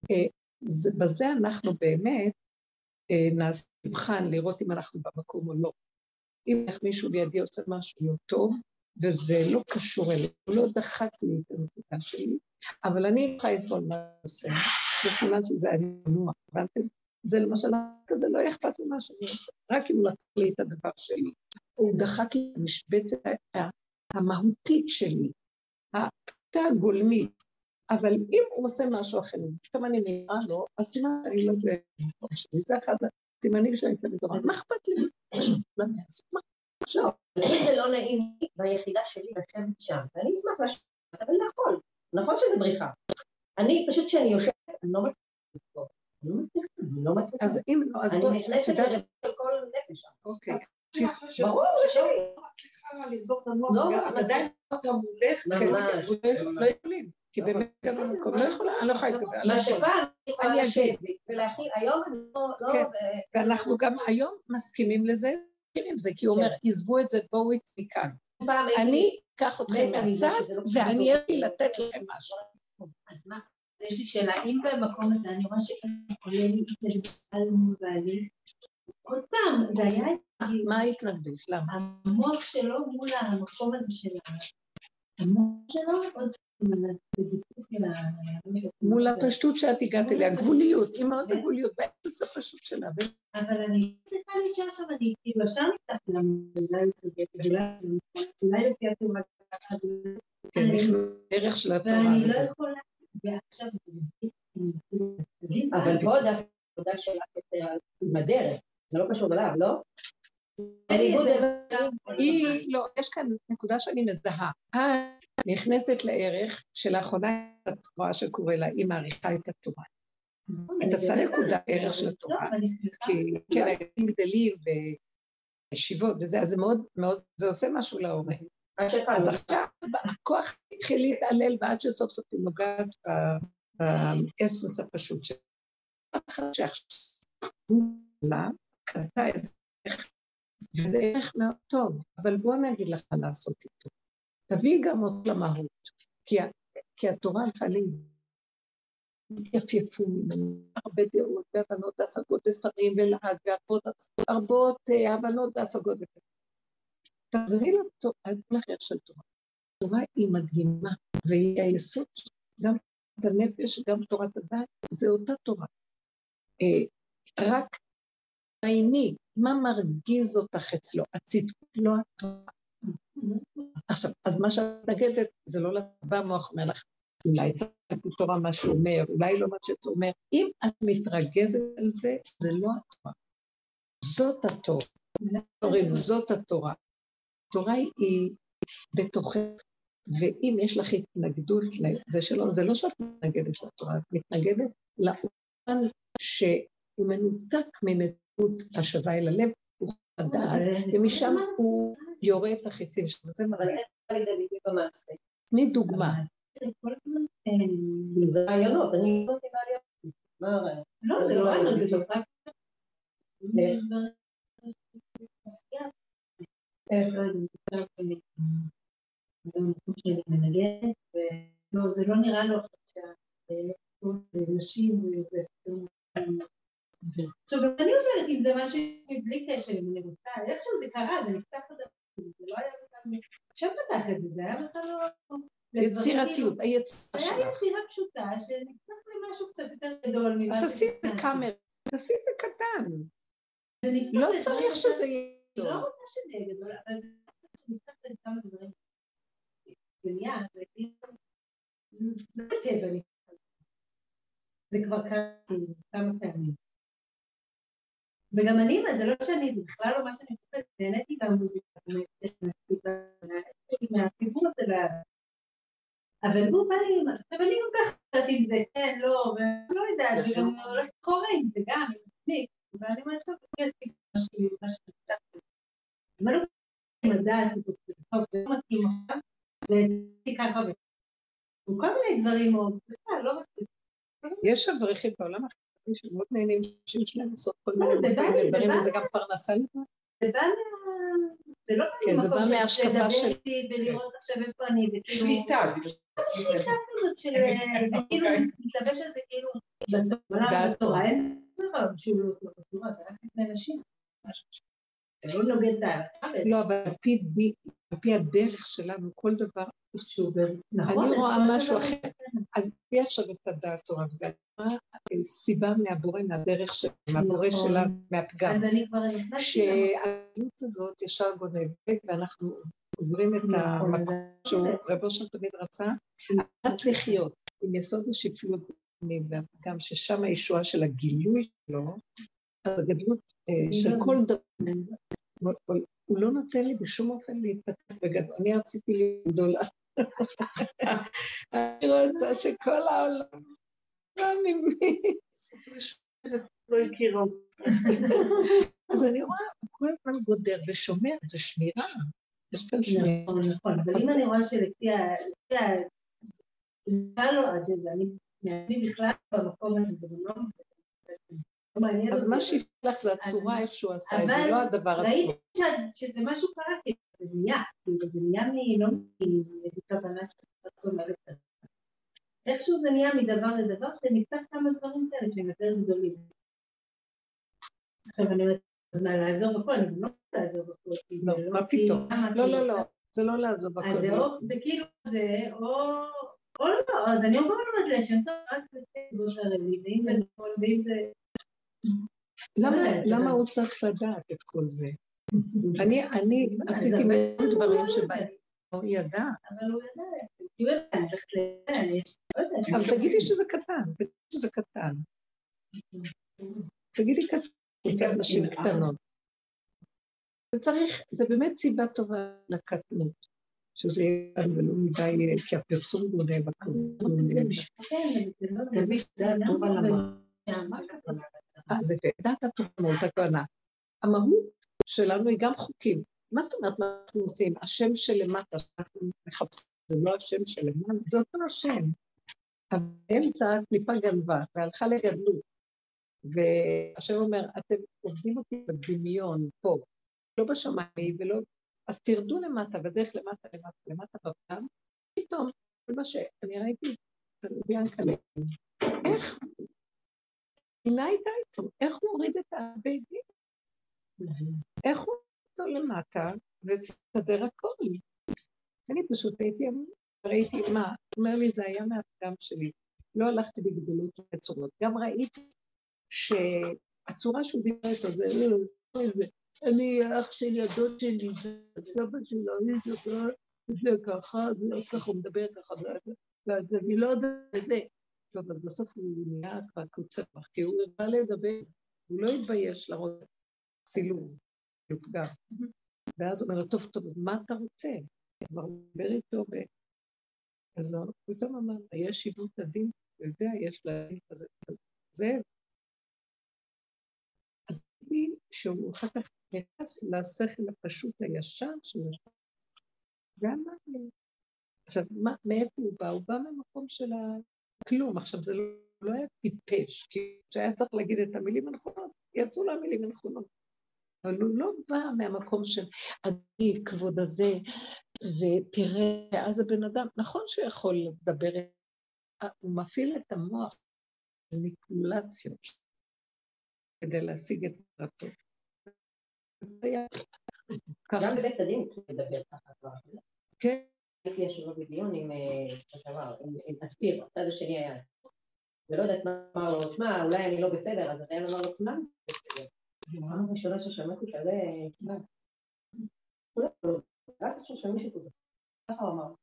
בזה אנחנו באמת נעשה מבחן לראות אם אנחנו במקום או לא. אם איך מישהו לידי עושה משהו לא טוב, וזה לא קשור אליי, הוא לא דחק לי את הנקודה שלי, אבל אני יכולה לסבול מה אני עושה, זה סימן שזה אני מנוע, הבנתם? זה למשל כזה לא אכפת לי מה שאני עושה, רק אם הוא לקח לי את הדבר שלי, הוא דחק לי את המשבצת המהותית שלי, הפתע הגולמית, אבל אם הוא עושה משהו אחר, פתאום אני נראה לו, אז סימן אני לא במקום שלי, זה אחד הסימנים שאני אתן לדבר, מה אכפת לי? לא נעשה, מה? עכשיו, זה לא נעים ביחידה שלי לשבת שם, ואני אשמח לשבת, אבל נכון, נכון שזה בריחה. אני פשוט כשאני יושבת, אני לא מצליחה, אני לא מצליחה. אז אם לא, אז בוא, אני נכנסת לרדת של כל נפש. אוקיי. ברור, זה שלי. לא מצליחה לסגור את המוח, אתה עדיין אתה מולך, ממש. לא יכולים, כי באמת גם המקום לא יכולה, אני לא יכולה להתגבר. מה שפעם אני יכולה לשבת, ולהכין, היום אני לא... ואנחנו גם היום מסכימים לזה, זה, כי הוא אומר, עזבו את זה, בואו איתי מכאן. אני אקח אתכם מהצד, ואני אהיה לי לתת לכם משהו. אז מה? יש לי שאלה, אם במקום הזה, אני רואה שעולה לי התנגדות מול בעלי, עוד פעם, זה היה... מה ההתנגדות? למה? המוח שלו מול המקום הזה של המוח שלו, עוד מול הפשטות שאת הגעת אליה, גבוליות, היא מאוד גבוליות, באיזה הפשטות שלה. אבל אני צריכה להישאר עכשיו, אני כאילו, עכשיו נפתחתי למדינה לצגת, אולי לפי התורה, כן, ערך של התורה. ואני לא יכולה, ועכשיו, אבל פה העבודה שלך בדרך, זה לא קשור אליו, לא? היא, לא, יש כאן נקודה שאני מזהה. נכנסת לערך שלאחרונה את רואה שקורה לה, היא מעריכה את התורה. את תפסה נקודה ערך של התורה, כי כן, הילדים גדלים וישיבות וזה, אז זה מאוד, מאוד, זה עושה משהו להורה. אז עכשיו הכוח התחיל להתעלל, ועד שסוף סוף היא נוגעת באסנס הפשוט שלה. שעכשיו לה, קרתה איזה ערך, וזה ערך מאוד טוב, אבל בואו נגיד לך לעשות איתו. תביא גם אותו למהות, כי התורה לפעמים מתייפייפו ממנו, הרבה דעות והבנות והשגות ושרים ולעג והרבות הבנות והשגות. תחזרי לך של תורה. התורה היא מדהימה, והיא היסוד גם בנפש, גם תורת הדעת, זה אותה תורה. רק העיני, מה מרגיז אותך אצלו? הצדקות לא התורה. עכשיו, אז מה שאת נגדת, זה לא לבא מוח מלך, אולי צריך תורה מה שהוא אומר, אולי לא מה שזה אומר. אם את מתרגזת על זה, זה לא התורה. זאת התורה. זאת התורה. התורה היא בתוכך, ואם יש לך התנגדות לזה שלא, זה לא שאת מתנגדת לתורה, את מתנגדת לאופן שהוא מנותק ממציאות השווה אל הלב, הוא חדש, ומשם הוא יורה את החיצים שלו. אבל איך לדליתי במעשה? תני דוגמה. זה רעיונות, אני לא יודעת רעיונות. מה הרעיון? לא, זה לא רעיונות, זה לא רק... זה לא נראה לו שהנשים עכשיו אני אומרת אם זה משהו בלי קשר אם אני רוצה, איכשהו זה קרה, זה נפתח את הדבר, זה לא היה בכלל, עכשיו פתח את זה, זה היה בכלל לא... יצירתיות, היצירה שלך. היה יצירה פשוטה שנפתח למשהו קצת יותר גדול. אז תעשי את זה קאמר, תעשי את זה קטן. לא צריך שזה יהיה טוב. לא רוצה שזה יהיה גדול, אבל זה נפתח לכמה דברים. זה נהיה, זה טבע. זה כבר כמה פעמים. וגם אני, זה לא שאני, זה בכלל לא מה שאני חושבת, נהניתי מהמוזיקה, מהחיבור של ה... אבל הוא בא לי, עכשיו אני כל כך חושבת עם זה, כן, לא, ולא יודעת, וגם הולכת חורה עם זה גם, עם תשניק, ואני אומרת, טוב, אני אעשיתי משהו, משהו שצריך. אבל לא עם הדעת, זה טוב, זה לא מתאים אותם, ואני ככה, וכל מיני דברים, או בכלל, לא מתאים. יש אברכים בעולם החיים שמאוד נהנים שיש להם לעשות כל מיני דברים, וזה גם פרנסה לבד. זה בא מה... זה לא מקום שתדבר איתי ולראות עכשיו איפה אני, וכאילו... שליטה. שליטה כזאת של... כאילו, מתלבש על זה כאילו... בתורה, אין דבר שהוא לא בתורה, זה רק לפני נשים. אני נוגד את ההלכה. לא, אבל על פי הדרך שלנו, כל דבר הוא סוג. אני רואה משהו אחר. אז תהיה עכשיו את הדעת תורה, וזה סיבה מהבורא, מהדרך שלה, מהבורא שלה, מהפגם. שהעלות הזאת ישר גונבת, ואנחנו עוברים את המקום שהוא רבו של תמיד רצה, עד לחיות עם יסוד השפלות והפגם, ששם הישועה של הגילוי שלו, אז הגדלות של כל דבר, הוא לא נותן לי בשום אופן להתפתח בגדול, אני רציתי להיות גדולה. אני רוצה שכל העולם לא נמיס. לא הכירו. אז אני רואה, כל הזמן גודר ושומר, זה שמירה. יש כאן שמירה. נכון, נכון. אבל אם אני רואה שלפי ה... זה לא עד זה, אני בכלל במקום הזה, זה לא מעניין. אז מה שהפלח זה הצורה איך שהוא עשה את זה, לא הדבר עצמו. ראיתי שזה משהו קרה, כי זה נהיה, זה נהיה מלא מכוונה של רצון מלא. איכשהו זה נהיה מדבר לדבר, שנפתח כמה דברים כאלה שהם יותר גדולים. עכשיו אני אומרת, אז מה, לעזוב הכל? אני לא רוצה לעזוב הכל. לא, מה פתאום? לא, לא, לא, זה לא לעזוב הכל. זה כאילו זה, או לא, אז אני אומרת לשם טוב, רק בסיבות הרבי, ואם זה נכון, ואם זה... למה הוא צריך לדעת את כל זה? אני עשיתי מאות דברים שבהם הוא ידע. אבל הוא ידע, הוא ידע, אבל תגידי שזה קטן, תגידי שזה קטן. תגידי קטן, נשים קטנות. זה צריך, זה באמת סיבה טובה לקטנות, שזה יהיה כאן ולא מדי, כי הפרסום גונה בקרוב. זה משפט, זה משפט טוב על המהות. זה דעת התורמות, הכוונה. המהות שלנו היא גם חוקים. מה זאת אומרת, מה אנחנו עושים? השם שלמטה, שאנחנו מחפשים, זה לא השם שלמטה, זה אותו השם. אבל באמצע הקליפה גנבה, והלכה לגדלות. והשם אומר, אתם עובדים אותי בדמיון פה, לא בשמיים ולא... אז תרדו למטה, בדרך למטה, למטה, למטה בפעם, פתאום, זה מה שאני ראיתי, ביאנקל'ה, איך? הנה הייתה איתו, איך הוא הוריד את הבית דין? איך הוא הוריד אותו למטה, וסתדר הכל? אני פשוט הייתי, ראיתי מה, אומר לי, זה היה מהפגם שלי, לא הלכתי בגדולות ובצורות, גם ראיתי שהצורה שהוא דיבר איתו, זה, זה, אני, אח שלי, הדוד שלי, הסבא שלו, אני זוכר, זה ככה, זה לא ככה, הוא מדבר ככה, ואז אני לא יודעת את זה. טוב, אז בסוף הוא נהיה כבר קוצר, כי הוא הראה לדבר, הוא לא התבייש לראות צילום, יופגע. ואז הוא אומר, טוב, טוב, אז מה אתה רוצה? כבר מדבר איתו, אז הוא פתאום אמר, יש שיבות הדין, הוא יודע, יש להגיד כזה, זה, אז אני, שהוא אחר כך נכנס לשכל הפשוט הישר שלו, ואמר לי, עכשיו, מאיפה הוא בא? הוא בא ממקום של הכלום, עכשיו זה לא היה טיפש, כי שהיה צריך להגיד את המילים הנכונות, יצאו לה המילים הנכונות, אבל הוא לא בא מהמקום של אני, כבוד הזה, ותראה, אז הבן אדם, נכון שהוא יכול לדבר, הוא מפעיל את המוח, מניפולציות, כדי להשיג את מטרתו. גם בבית הדין הוא מדבר ככה כבר. כן. הייתי ישבה בדיון עם תסביר, הצד השני היה. ולא יודעת מה אמר לו, שמע, אולי אני לא בסדר, אז היה אמר לו, כולם בסדר. פעם ראשונה ששמעתי כזה, כמעט. כולם לא, רק ששמעתי כזה. ככה הוא אמר.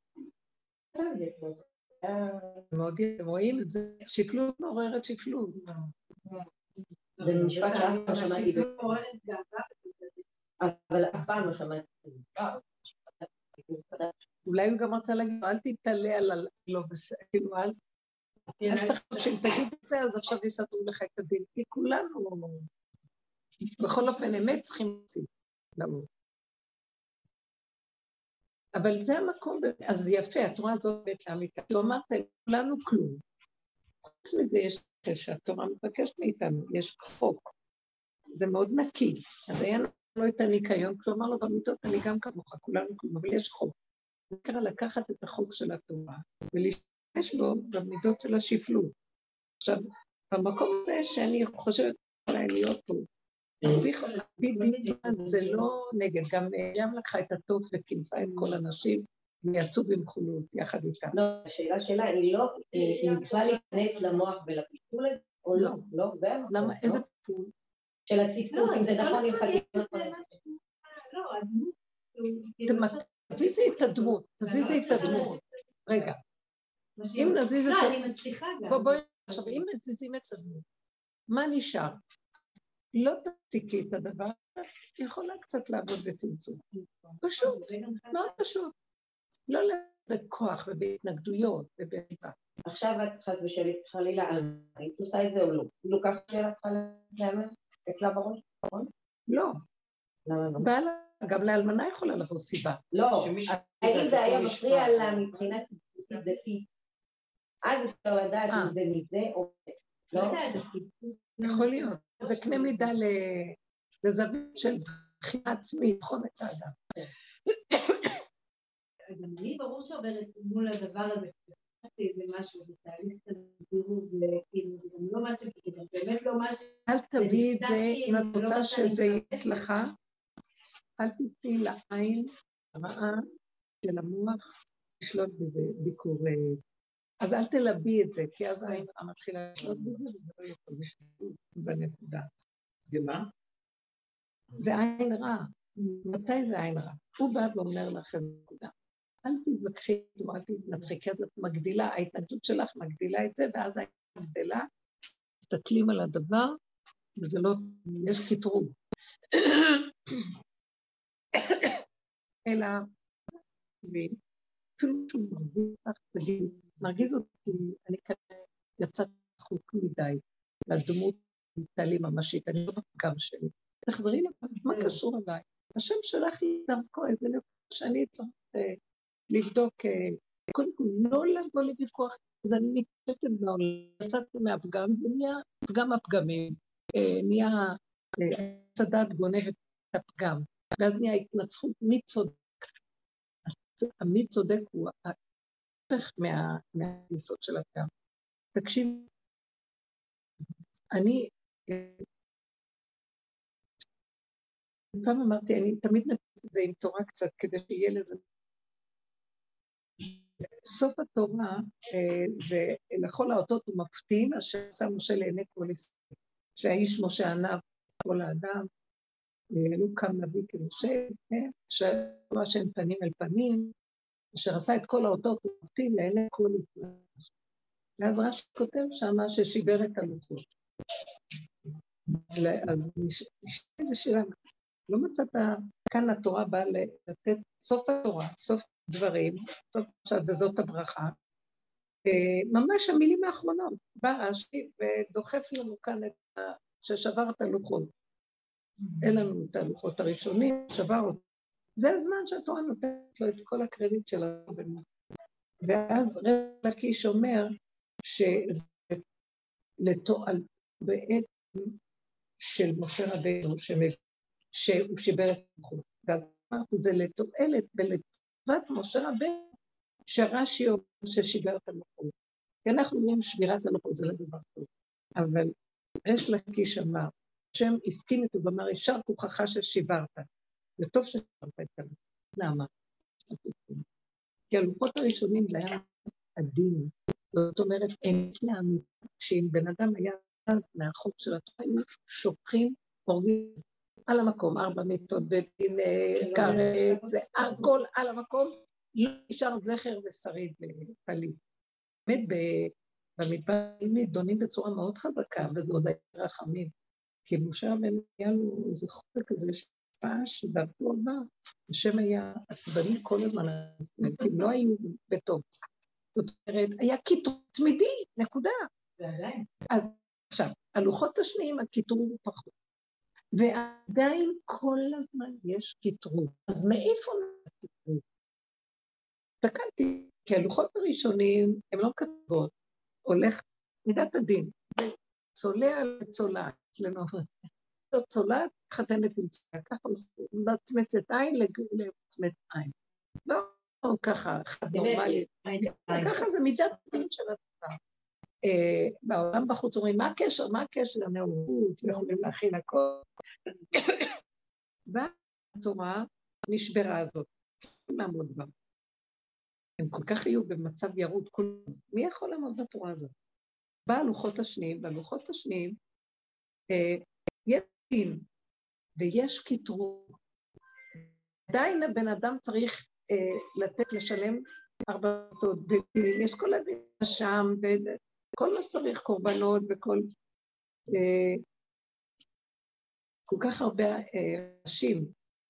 מאוד רואים את זה, שפלות מעוררת שפלות. זה משפט שאף לא שמעתי, אבל אף פעם לא שמעתי. אולי הוא גם רצה להגיד, אל תתעלה על לא בסדר, כאילו אל תחשוב שאם תגיד את זה, אז עכשיו יסתרו לך את הדין, כי כולנו, בכל אופן אמת צריכים להציג, למות. אבל זה המקום, אז יפה, התורה הזאת בית לאמיתה, לא אמרת, כולנו כלום. חוץ מזה יש שהתורה מבקשת מאיתנו, יש חוק, זה מאוד נקי, אז היה לו את הניקיון, כלומר לו במיטות אני גם כמוך, כולנו כלום, אבל יש חוק. זה קרה לקחת את החוק של התורה, ולהשתמש בו במידות של השפלות. עכשיו, במקום הזה שאני חושבת עליי להיות פה, זה לא נגד, גם מרים לקחה את הטוב וכינסה את כל הנשים, ויצאו במחולות יחד איתה. לא, השאלה שלה היא לא, היא יכולה להיכנס למוח ולפיתול הזה, או לא? לא, זה המקום. למה, איזה פיתול? של הציפות, אם זה נכון, אם חגיב נכון. לא, תזיזי את הדמות, תזיזי את הדמות. רגע, אם נזיז את הדמות... לא, אני מצליחה גם. בואי, עכשיו, אם נזיזים את הדמות, מה נשאר? לא תפסיקי את הדבר, יכולה קצת לעבוד בצמצום. פשוט, מאוד פשוט. לא בכוח ובהתנגדויות ובריבה. עכשיו את חס וחלילה על מה, היא עושה את זה או לא? כאילו ככה שאלה צריכה להאמר אצלה בראש, נכון? לא. למה לא? בעלה, גם לאלמנה יכולה לבוא סיבה. לא, האם זה היה מפריע לה מבחינת דתית? אז אפשר לדעת אם זה מזה או לא? יכול להיות. זה קנה מידה לזווית של בחינה עצמית, לבחון את האדם. אז אני ברור שעוברת מול הדבר הזה, זה משהו, זה תהליך של דירוב, וכאילו זה גם לא משהו, זה באמת לא משהו. אל תביאי את זה, אם את רוצה שזה יהיה אצלך, אל תתני לעין הרעה של המוח לשלוט בזה ביקורת. אז אל תלבי את זה, כי אז העין הרעה מתחילה לשלוט בזה, וזה לא יכול לשלוט בנקודה. זה מה? זה עין רע. מתי זה עין רע? הוא בא ואומר לכם נקודה. אל תתווכחי, אל תתנצחי, כי את מגדילה, ההתנגדות שלך מגדילה את זה, ואז העין מגדילה, תתלים על הדבר, וזה לא, יש כתרוב. אלא, אפילו שהוא מרגיז אותך, תגיד, מרגיז אותי, אני כנראה יצאת חוק מדי, לדמות מתעלי ממשית, אני לא בפגם שלי. תחזרי לבן, מה קשור אליי? השם שלח לי דרכו, איזה נקודה שאני צריך לבדוק, קודם כל, לא לבוא לוויכוח, אז אני מתפשטת בעולם, יצאתי מהפגם, ונהיה פגם הפגמים, נהיה צדד גונבת את הפגם, ואז נהיה התנצחות מי צודק. מי צודק הוא ההפך מהיסוד של הפגם. תקשיב, אני, פעם אמרתי, אני תמיד נתתי את זה עם תורה קצת, כדי שיהיה לזה. סוף התורה זה לכל האותות ומפתים, אשר עשה משה לעיני כל ישראל, שהאיש משה ענב כל האדם, לא קם נביא כמשה, שרואה שהם פנים אל פנים, אשר עשה את כל האותות ומפתים לעיני כל ישראל. ואז רש"י כותב שמה ששיבר את הלוחות. אז נשאר איזה שאלה, לא מצאת, כאן התורה באה לתת סוף התורה, סוף דברים, סוף עכשיו וזאת הברכה, ממש המילים האחרונות, בא רש"י ודוחף לנו כאן את ששבר את הלוחות. אין לנו את הלוחות הראשונים, שבר אותם. זה הזמן שהתורה נותנת לו את כל הקרדיט של הרבנות. ואז רב לקיש אומר שזה לתועל בעצם של משה רבינו, שהוא שיבר את הלוחות. ואז אמרתי, זה לתועלת ולטובת משה רבינו, שרש"י אומר ששיבר את הלוחות. כי אנחנו אומרים שבירת הלוחות, זה לא דבר טוב. אבל רב לקיש אמר, השם הסכים איתו ואמר, אפשר כוחך ששיברת. זה טוב ששיברת את הלוחות. למה? כי הלוחות הראשונים זה היה עדין. זאת אומרת, אין להאמין, שאם בן אדם היה אז מהחוק של התורה, היו שופכים, הורגים על המקום, ארבע מיטות, בדין, קראת, הכל על המקום, לא נשאר זכר ושריד לפליט. באמת, במדבר דונים בצורה מאוד חזקה, וזה עוד היה רחמים, כי משה רבנו היה לו איזה חוזק כזה, שפעש שדרכו עבר, השם היה עצבני כל הזמן, כי הם לא היו בטוב. זאת אומרת, היה קיטור תמידי, נקודה. אז עכשיו, הלוחות השניים, הקיטור הוא פחות. ועדיין כל הזמן יש קיטור. אז מאיפה נהיה קיטור? תקלתי, כי הלוחות הראשונים, הם לא כתבות, הולך מידת הדין, צולע לצולע, אצלנו. זאת צולעת, חתנת עם צולע, ככה עושים, מצמצת עין למצמצת עין. לא. או ככה, חד נורמלי, ככה זה מידת הדין של התורה. בעולם בחוץ אומרים, מה הקשר, מה הקשר לנאורות, ויכולים להכין הכל. והתורה נשברה הזאת, לעמוד בה. הם כל כך היו במצב ירוד, מי יכול לעמוד בתורה הזאת? באה הלוחות השניים, והלוחות השניים, יש דין, ויש קיטרוג. עדיין הבן אדם צריך לתת לשלם ארבע מיטות, יש כל הדין שם, וכל מה שצריך, קורבנות וכל... כל כך הרבה אנשים.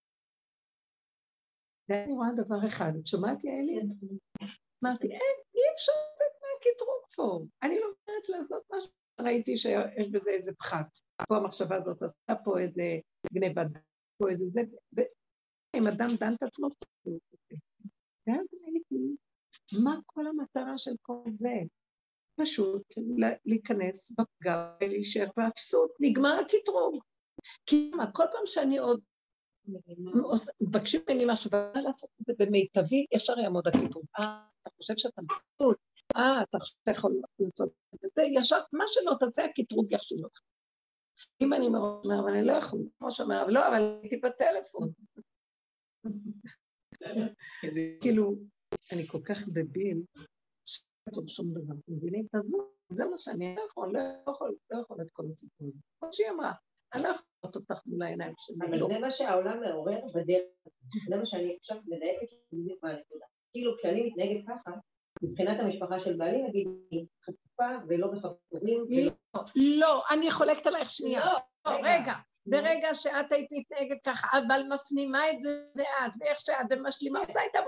ואני רואה דבר אחד, את שומעת יעלי? אמרתי, אי אפשר לצאת מהקטרוג פה, אני לא אומרת לעשות משהו, ראיתי שיש בזה איזה פחת, פה המחשבה הזאת עשתה פה איזה גניבת, פה איזה זה, אם אדם דן את עצמו, ואז אני כאילו, מה כל המטרה של כל זה? פשוט להיכנס בפגע ולהישאר באפסות, נגמר הקטרוג. כי מה, כל פעם שאני עוד מבקשים ממני משהו, ואני לעשות את זה במיטבי, ישר יעמוד הקטרוג. אה, אתה חושב שאתה מספות? אה, אתה חושב שאתה יכול למצוא את זה? ישר, מה שלא תצא, הקטרוג יחשיב אותך. אם אני אומר, אבל אני לא יכול, כמו שאומר, אבל לא, אבל הייתי בטלפון. כאילו, אני כל כך דביל, שאין שום דבר, מבינים? תזמו, זה מה שאני לא יכול, לא יכול, לא יכול את כל הסיפור. כמו שהיא אמרה, אני לא יכולה לראות אותך מול העיניים שלי. אבל זה מה שהעולם מעורר בדרך, זה מה שאני עכשיו מדייקת בדיוק מהנקודה. כאילו, כשאני מתנהגת ככה, מבחינת המשפחה של בעלי, נגיד, היא חצופה ולא בחבורים. לא, אני חולקת עלייך שנייה. לא, רגע. ברגע שאת היית מתנהגת ככה, אבל מפנימה את זה, זה את, ואיך שאת משלימה, עושה את העבודה,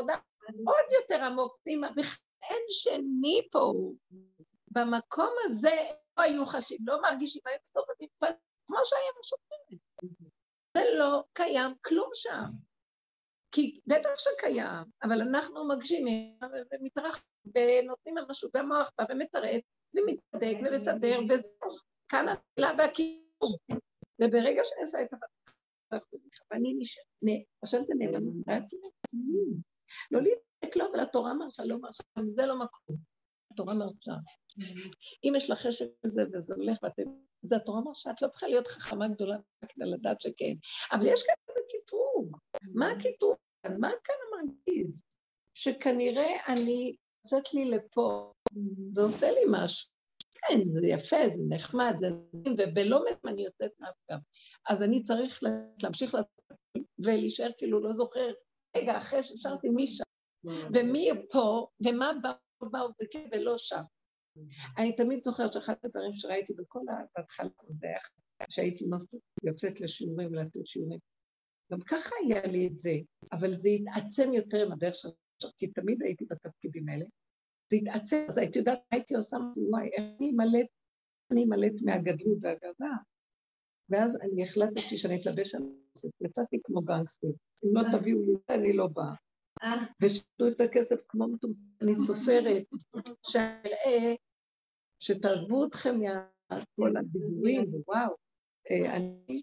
עוד יותר עמוק, אין שני פה, במקום הזה לא היו חשים, לא מרגישים, היו מסתובבים פה, כמו שהיה משותפת. זה לא קיים כלום שם. כי בטח שקיים, אבל אנחנו מגשימים ומתרחבים ונותנים על משהו, והמוח בא ומתרץ ומתדק ומסדר, וכאן התחילה והקיום. וברגע שאני עושה את הפרח, ואני נשאר, עכשיו זה נאמנות, לא להתדק לו, אבל התורה מרשה, לא מרשה, זה לא מקום. התורה מרשה. אם יש לך חשק כזה וזה הולך, ואתה התורה מרשה, את לא צריכה להיות חכמה גדולה כדי לדעת שכן. אבל יש כאן קטרוג. מה הקטרוג? מה כאן המרגיז? שכנראה אני יוצאת לי לפה, זה עושה לי משהו. כן, זה יפה, זה נחמד, זה נעים, ובלא מעט אני יוצאת מהפגם. אז אני צריך להמשיך ולהישאר כאילו לא זוכר, רגע, אחרי ששרתי מי שם, ומי פה, ומה באו, באו, וכן, ולא שם. אני תמיד זוכרת שאחד הדברים שראיתי בכל ההתחלה, שהייתי יוצאת לשיעורים, לתת שיעורים, גם ככה היה לי את זה, אבל זה התעצם יותר עם הדרך שלנו, כי תמיד הייתי בתפקידים האלה, זה התעצם, אז הייתי יודעת, הייתי עושה, וואי, איך אני אמלט, אני אמלט מהגדלות והגאווה, ואז אני החלטתי שאני אתלבש על זה, יצאתי כמו גנגסטר, אם לא תביאו לי, אני לא באה, ושתו את הכסף כמו מטומטם, אני סופרת, שאראה, שתעזבו אתכם מכל הדיבורים, ווואו, אני,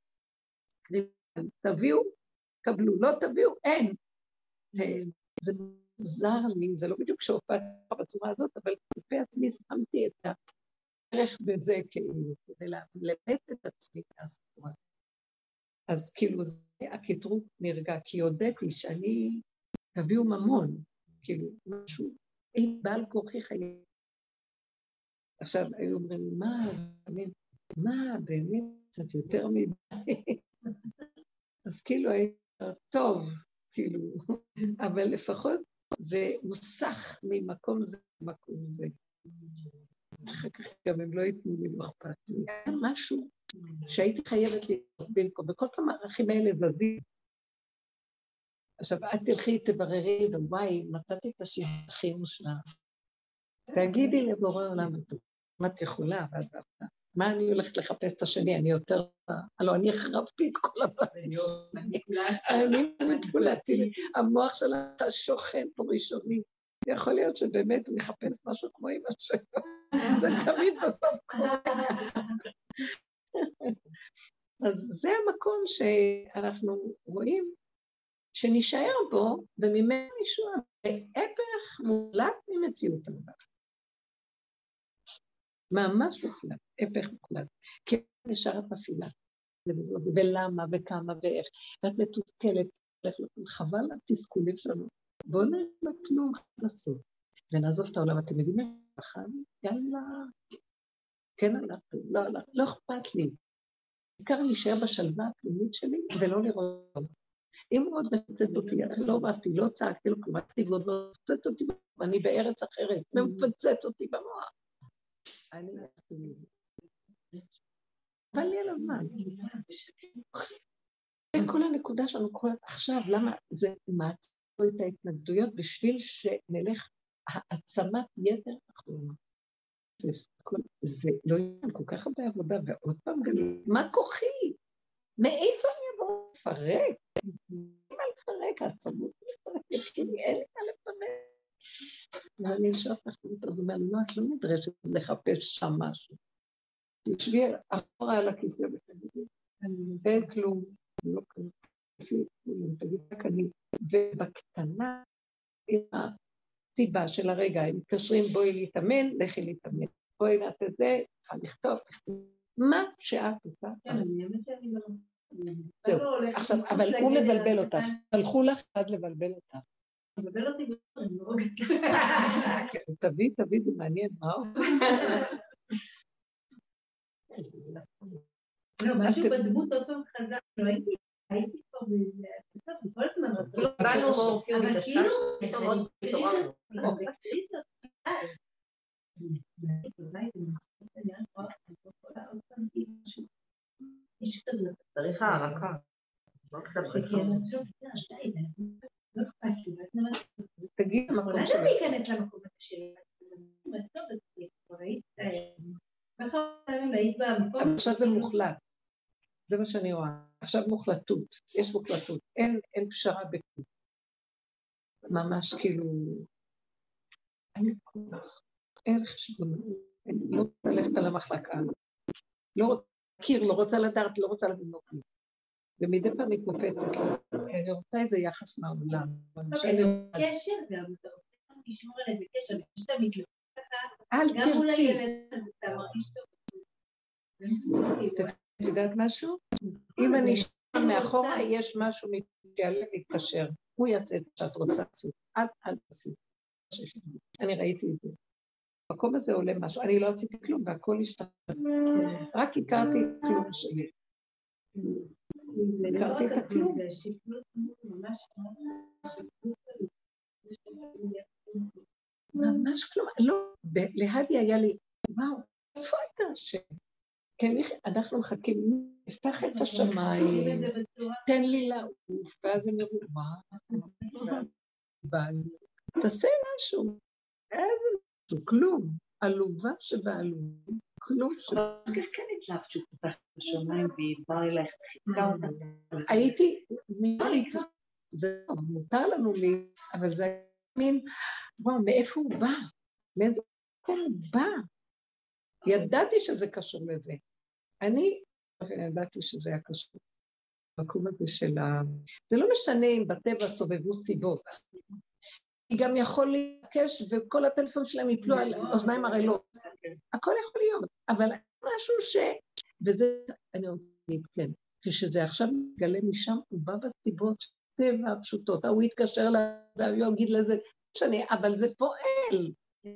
תביאו, קבלו, לא תביאו, אין. זה מוזר לי, זה לא בדיוק שהופעתי בצורה הזאת, אבל כלפי עצמי שמתי את הערך בזה כאילו, כדי לבט את עצמי מהסתורה. אז כאילו, הקטרוג נרגע, כי הודיתי שאני, תביאו ממון, כאילו, משהו, אין בעל כוחי חיי. עכשיו, היו אומרים, מה, מה, באמת, קצת יותר מדי. אז כאילו היה טוב, כאילו, אבל לפחות זה מוסך ממקום זה למקום זה. אחר כך גם הם לא ייתנו לי לא אכפת לי. היה משהו שהייתי חייבת להיות במקום, וכל פעם הערכים האלה זזים. עכשיו, את תלכי, תבררי, ווואי, נתתי את השיר הכי מושלם. תגידי לבורא עולם הטוב, מה את יכולה, ואז דווקא. מה אני הולכת לחפש את השני, אני יותר... הלוא אני החרבתי את כל הבית. אני מניפולטיבית, המוח שלך שוכן פה ראשוני. יכול להיות שבאמת הוא מחפש משהו כמו אמא שלו. זה תמיד בסוף קורה. אז זה המקום שאנחנו רואים, שנשאר בו, וממנו ישוע, בהפך מוחלט ממציאות הדבר. ממש מוחלט, הפך מוחלט. כי נשארת תפילה, ולמה וכמה ואיך, ואת מתוסכלת, חבל לתסכולים שלנו, בואו נראה כלום לצור, ונעזוב את העולם, אתם יודעים איך, יאללה, כן הלכתי, לא הלכתי, לא אכפת לי, בעיקר להישאר בשלווה הפנימית שלי, ולא לראות, אם הוא עוד מפצץ אותי, לא באתי, לא צעקתי, לא קראתי, ועוד לא מפצץ אותי, ואני בארץ אחרת, ומפצץ אותי במוח. אני אעשו מזה. אבל לי על הזמן. זה כל הנקודה שלנו כל עכשיו, למה זה מעצור את ההתנגדויות בשביל שנלך העצמת יתר אחרונה. זה לא יהיה כל כך הרבה עבודה, ועוד פעם גם, מה כוחי? מאיפה אני אבוא לפרק? מה לפרק? העצמות לפרק, יש כי אין לי מה לפרק. ואני אשאר תחתית, אז אומר, לא, את לא נדרשת לחפש שם משהו. תשבי אחורה על הכיסא ותגידי, אין כלום, לא כלום, תגידי רק אני, ובקטנה, עם הסיבה של הרגע, הם מתקשרים, בואי להתאמן, לכי להתאמן, בואי נעשה את זה, צריכה לכתוב, מה שאת עושה? זהו, עכשיו, אבל הוא מבלבל אותך, הלכו לך עד לבלבל אותך. מבלבל אותי אני לא רואה. תביא, תביא, זה מעניין, מה הוא? לא, משהו בדמות אותו חזק, לא הייתי, הייתי פה באיזה, בסוף, בכל הזמן רצו. באנו בו, אבל כאילו, צריך הערקה. לא אכפת לי, תגיד למקום אולי שלך. גם להיכנס למקום שלי. ראית, ככה היית במקום. עכשיו זה מוחלט. זה מה שאני רואה. עכשיו מוחלטות. יש מוחלטות. אין פשרה בכלל. ממש כאילו... אין כוח. אין חשבון. אני לא רוצה ללכת על המחלקה. לא רוצה להכיר, לא רוצה לדעת, לא רוצה להבין לא כלום. ומדי פעם היא קופצת. אני רוצה איזה יחס מהעולם. קשר גם, אתה רוצה לשמור על איזה קשר, אני חושבת שאתה מתלבט ככה, אל תרצי. אתה מרגיש טוב. את יודעת משהו? אם אני שם מאחורה, יש משהו שיעלה להתקשר. הוא יצא את שאת רוצה לעשות. אל אל תעשי. אני ראיתי את זה. במקום הזה עולה משהו. אני לא עשיתי כלום, והכל השתנה. רק הכרתי את כלום שלי. הכרתי את הכלום. ממש כלום. לא, להדי היה לי, וואו, איפה הייתה השם? כן, אנחנו מחכים, נפתח את השמיים, תן לי לעוף, ואז הם יראו, מה? תעשה משהו. איזה משהו, כלום. עלובה שבעלובה, כלום שבעלובה. כן התלהבת שהוא פתח את השמיים והדבר אלייך, חיכה אותה. הייתי, זה לא, מותר לנו לי, אבל זה היה מין, וואו, מאיפה הוא בא? מאיזה מקום הוא בא? ידעתי שזה קשור לזה. אני ידעתי שזה היה קשור. במקום הזה של ה... זה לא משנה אם בטבע סובבו סיבות. היא גם יכול להיקש וכל הטלפון שלהם יפלו על אוזניים הרעילות. הכל יכול להיות, אבל משהו ש... וזה, אני רוצה להתקן, כשזה עכשיו מתגלה משם, הוא בא בסיבות טבע הפשוטות, הוא יתקשר לה, הוא יגיד לזה, משנה, אבל זה פועל.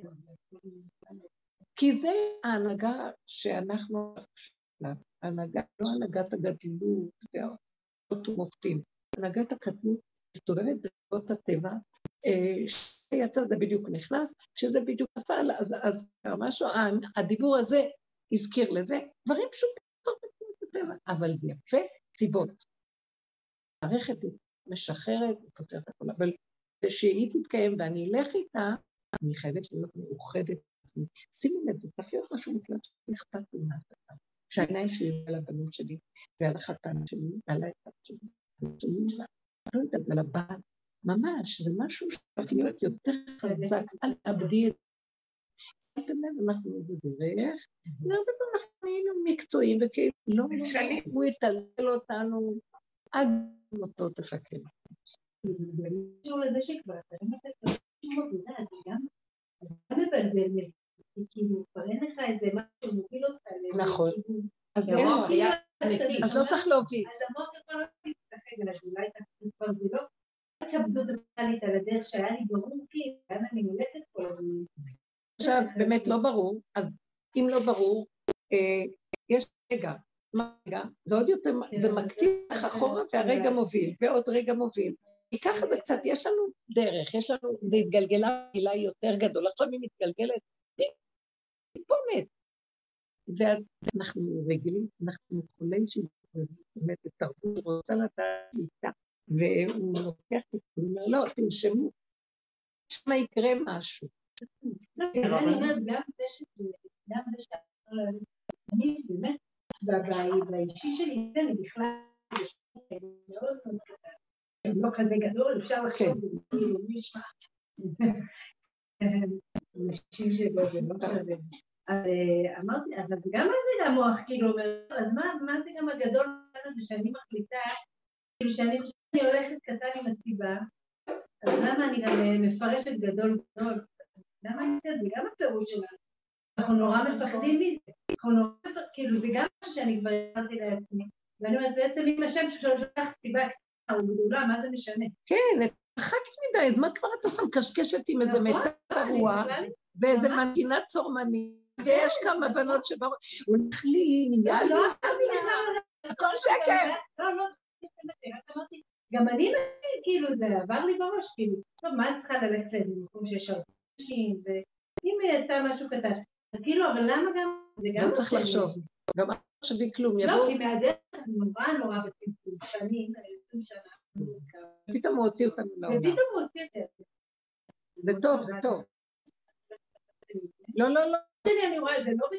כי זה ההנהגה שאנחנו, ההנהגה, לא הנהגת הגדלות, והאות ומופתים, הנהגת הקטנות, מסתובבת בסיבות הטבע, שיצא זה בדיוק נכנס, כשזה בדיוק נפל, אז, אז משהו, הדיבור הזה הזכיר לזה, דברים פשוטים, אבל זה יפה, סיבות. מערכת משחררת, פותרת הכל, אבל כשהיא תתקיים ואני אלך איתה, אני חייבת להיות מאוחדת. שימי לב, זה צריך להיות משהו מקלט שאכפת לי מהסתם. שהעיניים שלי על הבנות שלי, ועל החתן שלי, ועל העצת שלי, לא יודעת, על הבעל, ממש, זה משהו שצריך להיות יותר חזק, אל תאבדי את זה. אנחנו בדרך, והרבה פעמים אנחנו היינו מקצועיים, וכאילו לא משנה, הוא יטלטל אותנו, עד מותו תפקד. תראו לזה שכבר, אתה לא מתת שום עבודה, זה גם, גם מבלבל, כאילו, כבר אין לך איזה משהו מוביל אותך. נכון. אז לא צריך להוביל. אז המוח יכול לא להתפחד, אלא שאולי תחתית כבר זה לא, כבדות הפעלית על הדרך שהיה לי ברור, כי גם אני מולכת כל הזמן. עכשיו, באמת לא ברור, אז אם לא ברור, יש רגע, מה רגע? זה עוד יותר, זה מקטין לך אחורה והרגע מוביל, ועוד רגע מוביל. כי ככה זה קצת, יש לנו דרך, יש לנו, זה התגלגלה מילה יותר גדול, עכשיו היא מתגלגלת, טיפונת. ואנחנו רגילים, אנחנו חולים שבאמת התרבות רוצה לדעת איתה, והוא לוקח את זה, הוא אומר, לא, תנשמו, שמה יקרה משהו. אני אומרת, גם זה שזה, גם זה שאתה אני באמת, באישי שלי, אני בכלל, מאוד מאוד קטן, לא כזה גדול, אפשר לחשוב, כאילו, מי ישמע. אנשים שגודל, לא כזה. אז אמרתי, אבל גם מה זה המוח, כאילו, אז מה זה גם הגדול הזה שאני מחליטה, כאילו שאני חושבת שאני הולכת קטן עם הסיבה, אז למה אני גם מפרשת גדול גדול? למה אני חושבת, זה גם הפירוש שלנו. אנחנו נורא מפחדים מזה, אנחנו נורא מפחדים, כאילו, זה גם מה שאני כבר אמרתי לעצמי, ואני אומרת, בעצם עם השם שלו לקח סיבה קטנה, הוא גדולה, מה זה משנה? כן, חכת מדי, אז מה כבר את עושה מקשקשת עם איזה מטה רוח, ואיזה מנגינה צורמנית, ויש כמה בנות שבאות, הוא הולך לי, נהיה לי, הכל שקר. לא, לא, אמרתי, גם אני נגיד, כאילו, זה עבר לי בראש, כאילו, טוב, מה את צריכה ללכת לאיזה מקום שיש הרבה אנשים, ואם יצא משהו קטן, אז כאילו, אבל למה גם, זה גם לא צריך לחשוב, גם לא חשבי כלום, יבואו. לא, כי מהדרך נורא נורא בצמצום, שנים, עשרים שנה, פתאום הוא הוציא אותנו לעולם. ופתאום הוא הוציא את זה. זה טוב, זה טוב. לא, לא, לא. אני רואה, זה לא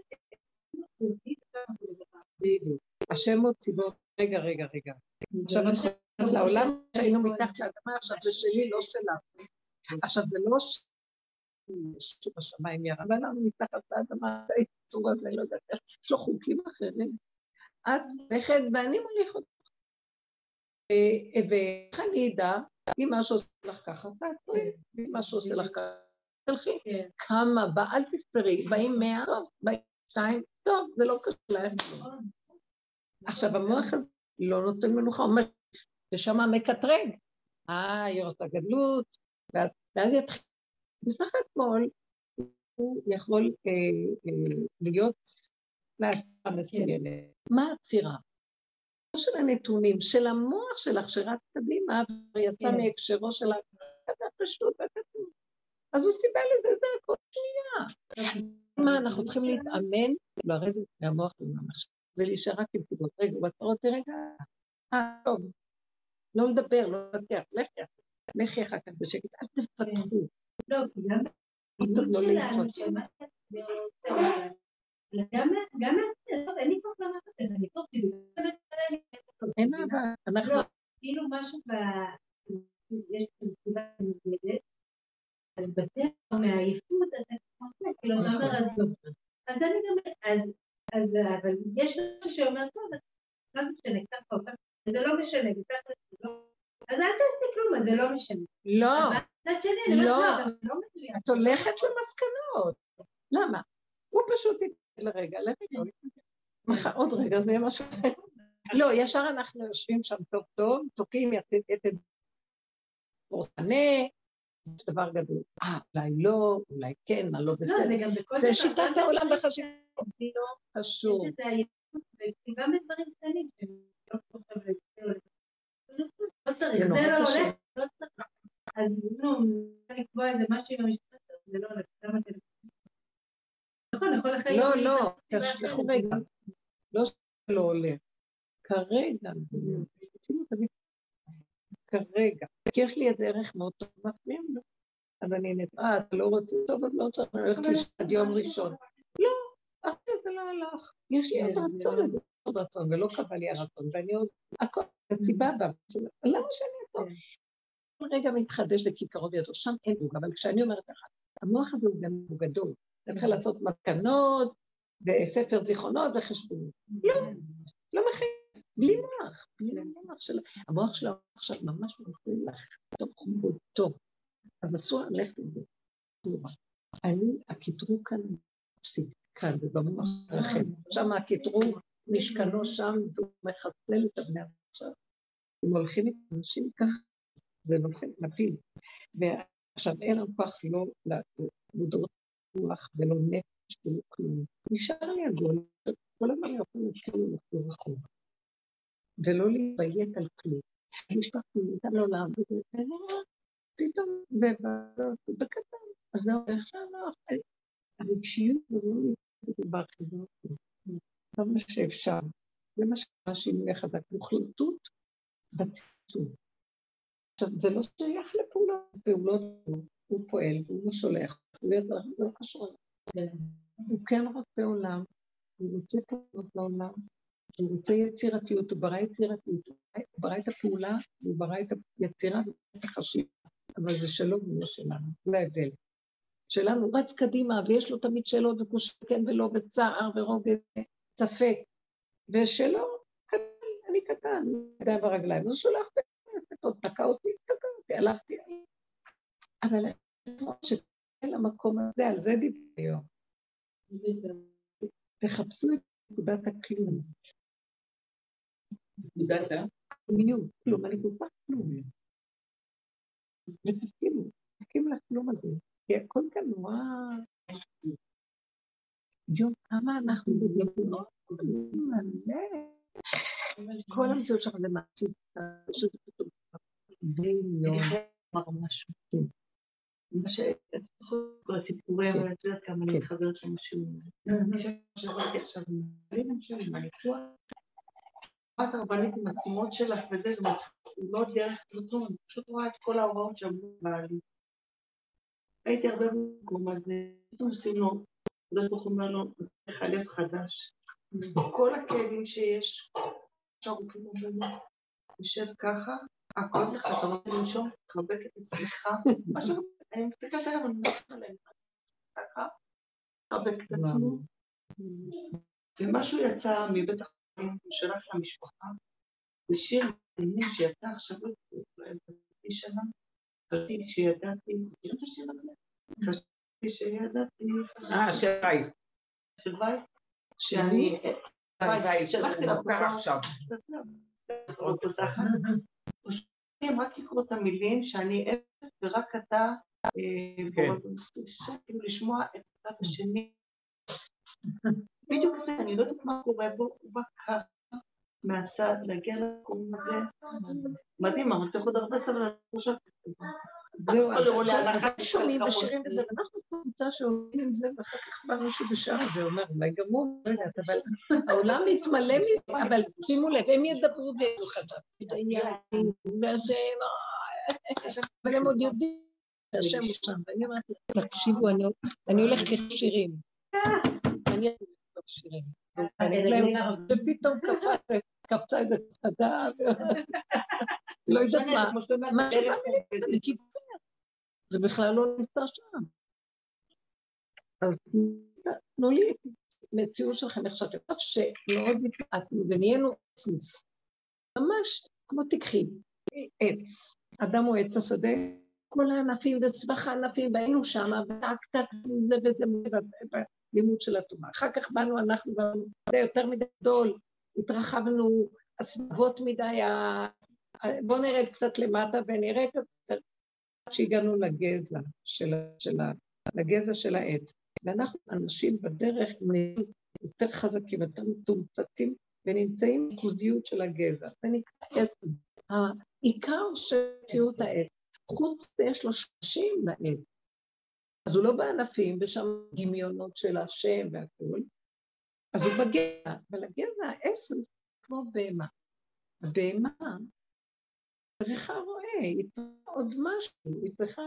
בדיוק. השם מוציא בו, רגע, רגע, רגע. עכשיו את חושבת לעולם שהיינו מתחת לאדמה, עכשיו זה שלי, לא שלה. עכשיו זה לא שבשמיים ירה, ואנחנו מתחת לאדמה, צורה ולא יודעת, יש לו חוקים אחרים. את נכד ואני מוליך אותך. ואיך אני אדע, אם משהו עושה לך ככה, תעשי, אם משהו עושה לך ככה, תלכי. כמה בא, אל תספרי, באים מאה, באים שתיים, טוב, זה לא קשה להם. עכשיו, המוח הזה לא נותן מנוחה, ושם מקטרג. אה, יורת הגדלות, ואז יתחיל. בסך הכל, הוא יכול להיות להשאר מסוימת. מה הצירה? לא של הנתונים, של המוח שלך שרץ קדימה, ויצא מהקשרו של הכתב פשוט, אז הוא סיבה לזה, זה הכל שנייה. מה, אנחנו צריכים להתאמן, לרדת מהמוח לממש, ולהישאר רק עם סיבות. רגע, ואתה רוצה רגע? אה, טוב. לא לדבר, לא לדבר, לכי, לכי אחר כך בשקט, אל תפתחו. לא, גם לא שלנו, שמעת, גם אין לי כבר למדת, אני כבר כאילו, אין אהבה, אנחנו... כאילו משהו ב... יש נקודה מנגדת, אז בטח מהעייפות, אז כאילו, מה מרזו? אז אני גם... אז אבל יש משהו שאומר, טוב, לא משנה, ככה או ככה, זה לא משנה, ככה זה לא... אז אל תעשי כלום, אז זה לא משנה. לא, לא, את הולכת למסקנות. למה? הוא פשוט יתקל לרגע, לרגע, עוד רגע, זה משהו... לא, ישר אנחנו יושבים שם טוב טוב, תוקעים את פורסנה, יש דבר גדול. אה, אולי לא, אולי כן, מה לא בסדר. זה שיטת העולם בחשיבה. לא חשוב. יש את העייפות, וגם בדברים קטנים, לא חושב לזה. לא צריך, זה לא הולך, לא צריך. אז נו, אני לקבוע איזה משהו עם המשפט, זה לא הולך, למה זה נכון, יכול לחיים. לא, לא, תשלחו רגע. לא שלא הולך. כרגע, כרגע, כי יש לי איזה ערך מאוד טוב מפנים לו, אז אני נתראה, אתה לא רוצה טוב, אז לא צריך ללכת לשעד יום ראשון. לא, אחרי זה לא הלך. יש לי עוד רצון לזה, עוד רצון, ולא קבע לי הרצון, ואני עוד, הכל, הציבה בה, למה שאני אעשה? כל רגע מתחדש לכיכרות ידו, שם אין דוג, אבל כשאני אומרת לך, המוח הזה הוא גדול, אתה יכול לעשות מתקנות, וספר זיכרונות וחשבונות. לא, לא מכין. בלי מוח, בלי מוח שלו. המוח שלו עכשיו ממש מפריע לך, טוב חומות טוב. אז אסור ללכת את זה. אני, הכתרו כאן, כאן, זה במוח שלכם. שם הכתרו משכנו שם, והוא מחסל את הבני עכשיו. אם הולכים את אנשים ככה, זה נפיל. ועכשיו אין לנו כוח לא לדעות רוח ולא נפש ולא כלום. נשאר לי הגול, כל הזמן יכולים להתחיל לחזור רחוב. ולא להתביית על כלום. המשפחתי, ניתן לו לעבוד את זה, פתאום, בקטן, אז זה הולך שלנו, הרגשיות ולא להתביית באחיזות. זה מה שאפשר. זה מה שקרה שינוי החזק, מוחלטות בתקצוב. עכשיו, זה לא שייך לפעולות, פעולות הוא פועל, הוא שולח, זה לא קשור. הוא כן רוצה עולם, הוא רוצה פעולות לעולם, הוא רוצה יצירתיות, הוא ברא יצירתיות, הוא ברא את הפעולה, הוא ברא את היצירה ואת החשיבה, אבל זה שלו ולא שלנו, זה ההבדל. שלנו רץ קדימה, ויש לו תמיד שאלות וקושר כן ולא, וצער ורוגז, ספק, ושלו, קטן, אני קטן, ידיים ורגליים, הוא שולח עוד תקע אותי, תקע אותי, הלכתי, אבל אני רואה שכל המקום הזה, על זה דיבר היום. תחפשו את נקודת הכלום. נקודת הכלום, כלום, אני כל כך כלום. ותסכימו, תסכימו לכלום הזה, כי הכל כאן נורא... יום, כמה אנחנו בדיוק מאוד כלום, כל המציאות שלנו זה מעצית, פשוט פשוט בין יום, משהו. מה שתפחות כל הסיפורים, אבל את יודעת כמה אני מתחברת למשהו. אני חושבת שעברתי עכשיו, אני חושבת מהניתוח, את הרבנית עם התמות שלך וזה, לא דרך כלום, אני פשוט רואה את כל ההוראות שאמרו בעלי. הייתי הרבה במקום הזה, פתאום עושים לו, לא תוכל אומר לו, לך לב חדש. כל הכאבים שיש, עכשיו הוא כאילו אומר לו, יושב ככה, הכל לך, אתה רוצה לנשום, תחבק את עצמך, משהו, אני מסתכלת עליו, אני מסתכלת עליהם, ככה, תחבק את עצמו, ומשהו יצא מבית החולים, הוא שלח למשפחה, ושיר מבינים שיצא עכשיו, חשבתי שנה, חשבתי שידעתי, יש את השיר הזה? חשבתי שידעתי, אה, של וייס. של וייס, שאני, וייס, שלחתי לה כבר עכשיו. הם רק יקרו את המילים שאני אפס ורק אתה כאילו לשמוע את הצד השני. בדיוק זה, אני לא יודעת מה קורה בו, הוא בא ככה מהצד, להגיע לקום הזה. מדהים, אבל צריך עוד הרבה סבלנות. זהו, אז אנחנו שומעים בשירים וזה, ואנחנו קבוצה שעולים עם זה, ואחר כך בא מישהו בשעה הזה, אומר, אולי גם הוא, לא יודעת, אבל העולם מתמלא מזה, אבל שימו לב, הם ידברו וידעו חזק, את העניין, והשם, אבל הם עוד יודעים שהשם הוא שם, ואני אומרת, תקשיבו, אני הולך כשירים, אני הולך כשירים, ופתאום קפצה את התחדה, לא יודעת מה, מה שבא לי, בכיוון, זה בכלל לא נמצא שם. אז תנו לי מציאות שלכם, איך שאתם יודעת שמאוד מתעתנו ונהיינו עצמוס. ממש כמו תקחי, עץ. אדם הוא עץ השדה, כל הענפים וסבך הענפים, והיינו שם, ותעקתק זה וזה בלימוד של התורה. אחר כך באנו אנחנו, זה יותר מדי גדול, התרחבנו, הסבבות מדי, בואו נרד קצת למטה ונראה את זה, שהגענו לגזע של, של, לגזע של העץ. ואנחנו אנשים בדרך נהיים יותר חזקים, יותר מתומצתים, ונמצאים בקוזיות של הגזע. זה נקרא עץ. העיקר של ציאות העץ, חוץ יש לו שורשים לעץ. אז הוא לא בענפים, ושם דמיונות של השם והכל. אז הוא בגזע, אבל הגזע, העץ הוא כמו בהמה. הבהמה, צריכה רואה, היא צריכה עוד משהו, היא צריכה...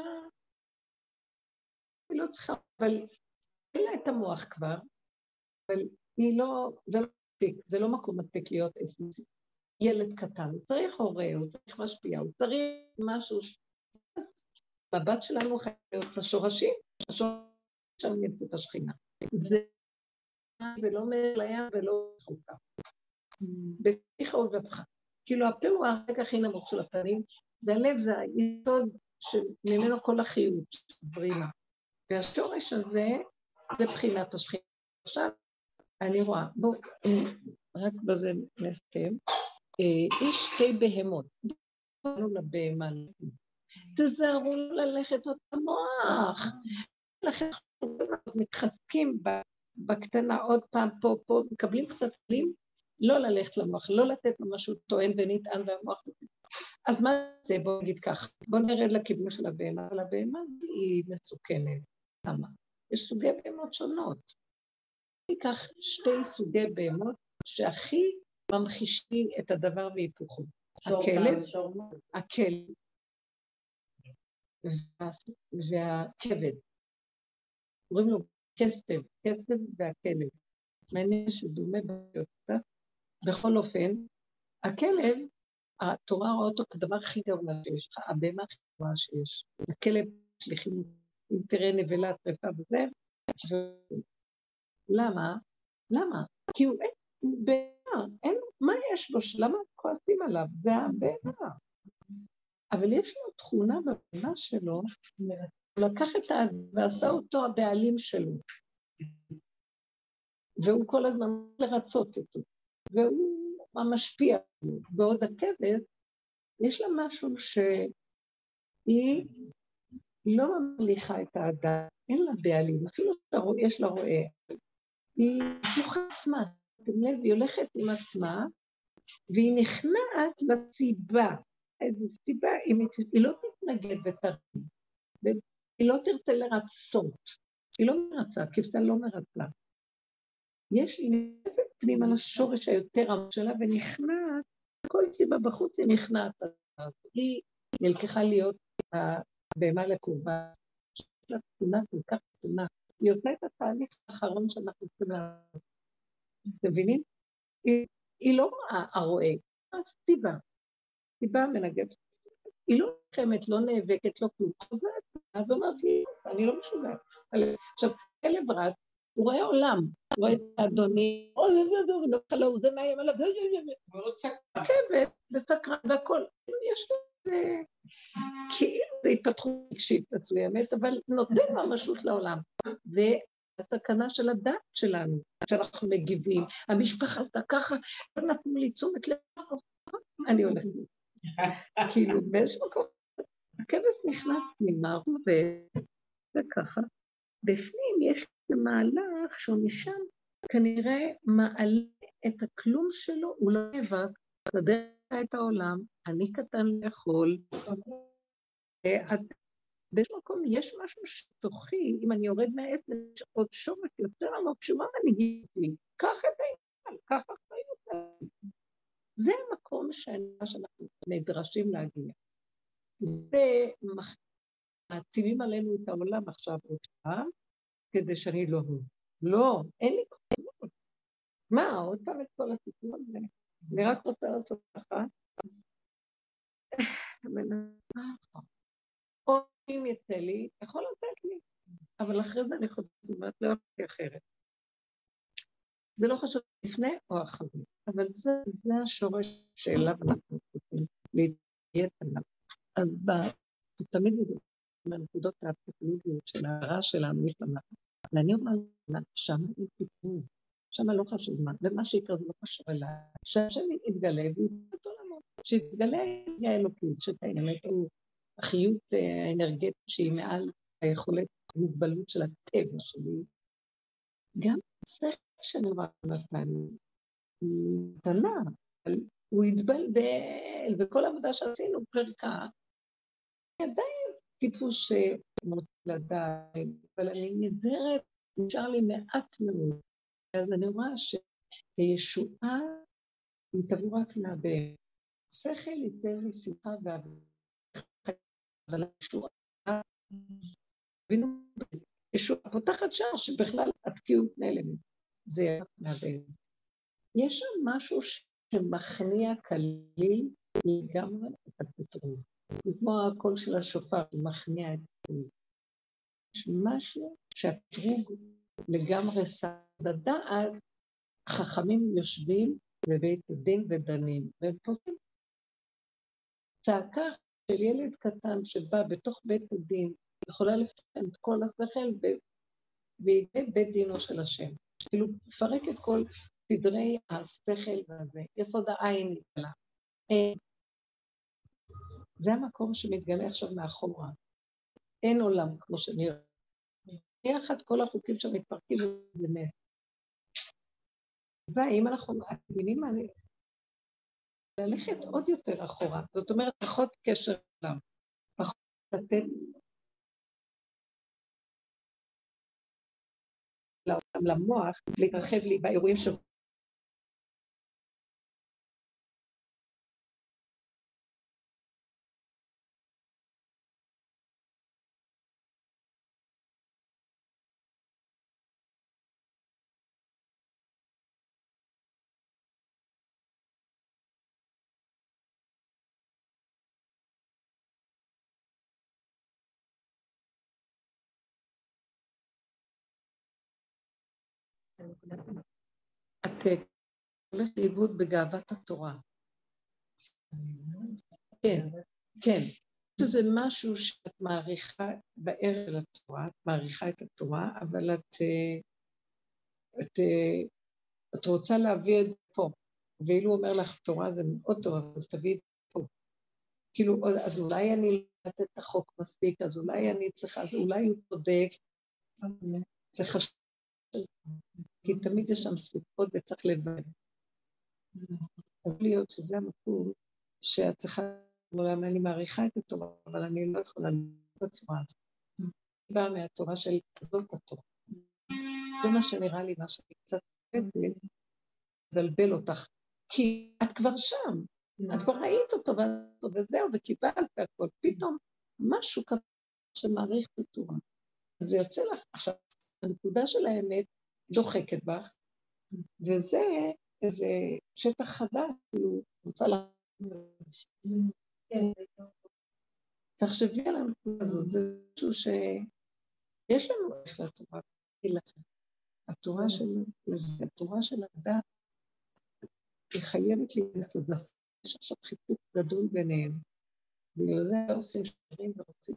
היא לא צריכה, אבל אין לה את המוח כבר, אבל היא לא, זה לא מספיק, זה לא מקום מספיק להיות אסמסי. ילד קטן, הוא צריך הורה, הוא צריך משפיע, הוא צריך משהו, בבת שלנו חייב להיות השורשים, השורשים שם נמצא את השכינה. זה ולא מלאה ולא חוקה. בשיחה ובבך. כאילו הפה הוא הרגע הכי נמוך של הפנים, והלב זה היסוד שממנו כל החיות, ברימה. והשורש הזה, זה בחינת השכינה. עכשיו, אני רואה, בואו, רק בזה נסכם, יש שתי בהמות, בואו לבהמה, תזהרו ללכת עוד המוח, לכן אנחנו מתחזקים בקטנה עוד פעם פה, פה, מקבלים קצת כלים, לא ללכת למוח, לא לתת לו משהו טוען ונטען והמוח. אז מה זה? בואו נגיד כך, בואו נרד לכיוון של הבהמה, אבל הבהמה היא מסוכנת. למה? יש סוגי בהמות שונות. ניקח שתי סוגי בהמות שהכי ממחישים את הדבר והיפוכו. הכלב, הכלב והכבד. קוראים לו כסב, כסב והכלב. מעניין שדומה ביותר. בכל אופן, הכלב, התורה רואה אותו כדבר הכי גרוע שיש, הבהמה הכי גרוע שיש. הכלב שליחים, אם תראה נבלה, טרפה וזה, למה? למה? כי הוא בהמה, אין, מה יש בו? למה כועסים עליו? זה הבהמה. אבל יש לו תכונה בבהמה שלו, הוא לקח את האדם ועשה אותו הבעלים שלו. והוא כל הזמן לרצות אותו. והוא המשפיע. בעוד הכבד, יש לה משהו שהיא לא ממליכה את האדם, אין לה בעלים, אפילו יש לה רואה. היא תוכה עצמה, אתם לב, היא הולכת עם עצמה, והיא נכנעת לסיבה. איזו סיבה, היא לא תתנגד ותראה, היא לא תרצה לרצות, היא לא מרצה, כבשה לא מרצה. יש נכנסת פנים על השורש היותר עמוק שלה, ונכנעת, כל סיבה בחוץ היא נכנעת. היא נלקחה להיות הבהמה לקורבן, לה תתונה כל כך תתונה. היא עושה את התהליך האחרון שאנחנו צריכים לעשות. אתם מבינים? היא, היא לא רואה הרואה, היא סיבה. סיבה מנגדת. היא לא נלחמת, לא נאבקת, לא כלום. חוזרת, אז אומרת לי, אני לא משוגעת. עכשיו, כלב רץ, הוא רואה עולם, הוא רואה את האדוני, אוי, אוי, אוי, אוי, לא חלה, הוא זה נעים עליו, אוי, אוי, אוי, כבד, וסקרן, והכל. יש לזה, כאילו זה התפתחות רגשית מצוינת, אבל נותן ממשות לעולם. והסכנה של הדת שלנו, שאנחנו מגיבים, המשפחה עשתה ככה, לא נתנו לי תשומת לב, אני הולכת. כאילו, באיזשהו מקום, הכבש נכנס ממר, וזה ככה. בפנים יש מהלך שהוא משם, כנראה מעלה את הכלום שלו, הוא לא נאבק, תדע את העולם, אני קטן לאכול, באיזשהו מקום יש משהו שתוכי, אם אני יורד מהעץ, יש עוד שורש יותר עמוק, שמה מנהיגים לי? קח את העניין, קח אחריות. זה המקום שאנחנו נדרשים להגיע. ומעצימים עלינו את העולם עכשיו עוד פעם, כדי שאני לא הוא. לא, אין לי כלום. מה, עוד פעם את כל הסיפור הזה? אני רק רוצה לעשות ככה. או אם יצא לי, יכול לתת לי. אבל אחרי זה אני חושבת, אומרת, לא יכולתי אחרת. זה לא חשוב לפני או אחרי. אבל זה, זה השורש שאליו אנחנו צריכים להתייעץ עליו. אז תמיד זה מהנקודות הפסיכולוגיות של ההערה שלנו, יש לנו. ואני אומרת, שמה היא טיפול, שמה לא חשוב מה, ומה שיקרה זה לא חשוב אליי. שהשם יתגלה ויתגלה את עולמו, שיתגלה היא האלוקית, שאת האמת הוא החיות האנרגטית שהיא מעל היכולת המוגבלות של הטבע שלי. גם זה שאני אומרת נתן, היא קטנה, הוא יתבלבל, וכל העבודה שעשינו פרקה, עדיין טיפוס שמוצא לדעת, אבל אני נזהרת, נשאר לי מעט מאוד. אז אני רואה שישועה היא תבוא רק מהבן. שכל ייתן לי שמחה והבן. אבל הישועה, ישועה פותחת שער שבכלל התקיעות נעלמת. זה רק מהבן. יש שם משהו שמכניע כליל לגמרי את הפתרון. כמו הקול של השופר, מכניע את הפתרון. יש משהו שהפרוג לגמרי סדדעת, החכמים יושבים בבית דין ודנים, והם פותחים צעקה של ילד קטן שבא בתוך בית הדין, יכולה לפתח את כל השכל בידי בית דינו של השם. כאילו, לפרק את כל סדרי השכל והזה, יסוד העין נתגלה. זה המקום שמתגלה עכשיו מאחורה. אין עולם כמו שנראה. יחד כל החוקים שמתפרקים באמת. והאם אנחנו מבינים מה זה? ללכת עוד יותר אחורה. זאת אומרת, פחות קשר לעם. פחות לתת לעולם, למוח, להתרחב לי באירועים של... את הולכת לאיבוד בגאוות התורה. כן, כן. זה משהו שאת מעריכה בערך של התורה, את מעריכה את התורה, אבל את, את, את רוצה להביא את זה פה. ואילו אומר לך, תורה זה מאוד טוב, אבל תביא את זה פה. כאילו, אז אולי אני לא לתת את החוק מספיק, אז אולי אני צריכה, אז אולי הוא צודק. זה חשוב. כי תמיד יש שם ספקות וצריך לבד. אז להיות שזה המקום שאת צריכה, אולי אני מעריכה את התורה, אבל אני לא יכולה לבוא בצורה הזאת. היא באה מהתורה של זאת התורה. זה מה שנראה לי, מה שאני קצת לבלבל אותך. כי את כבר שם, את כבר ראית אותו וזהו, וקיבלת הכל. פתאום משהו כזה שמעריך את התורה. זה יוצא לך. עכשיו, הנקודה של האמת דוחקת בך, וזה איזה שטח חדש, כאילו, רוצה לך. תחשבי על הנקודה הזאת, זה משהו שיש לנו איך לתורה, התורה שלנו, התורה של הדת, היא חייבת להיכנס לבס, יש עכשיו חיתוך גדול ביניהם, בגלל זה עושים שרים ורוצים,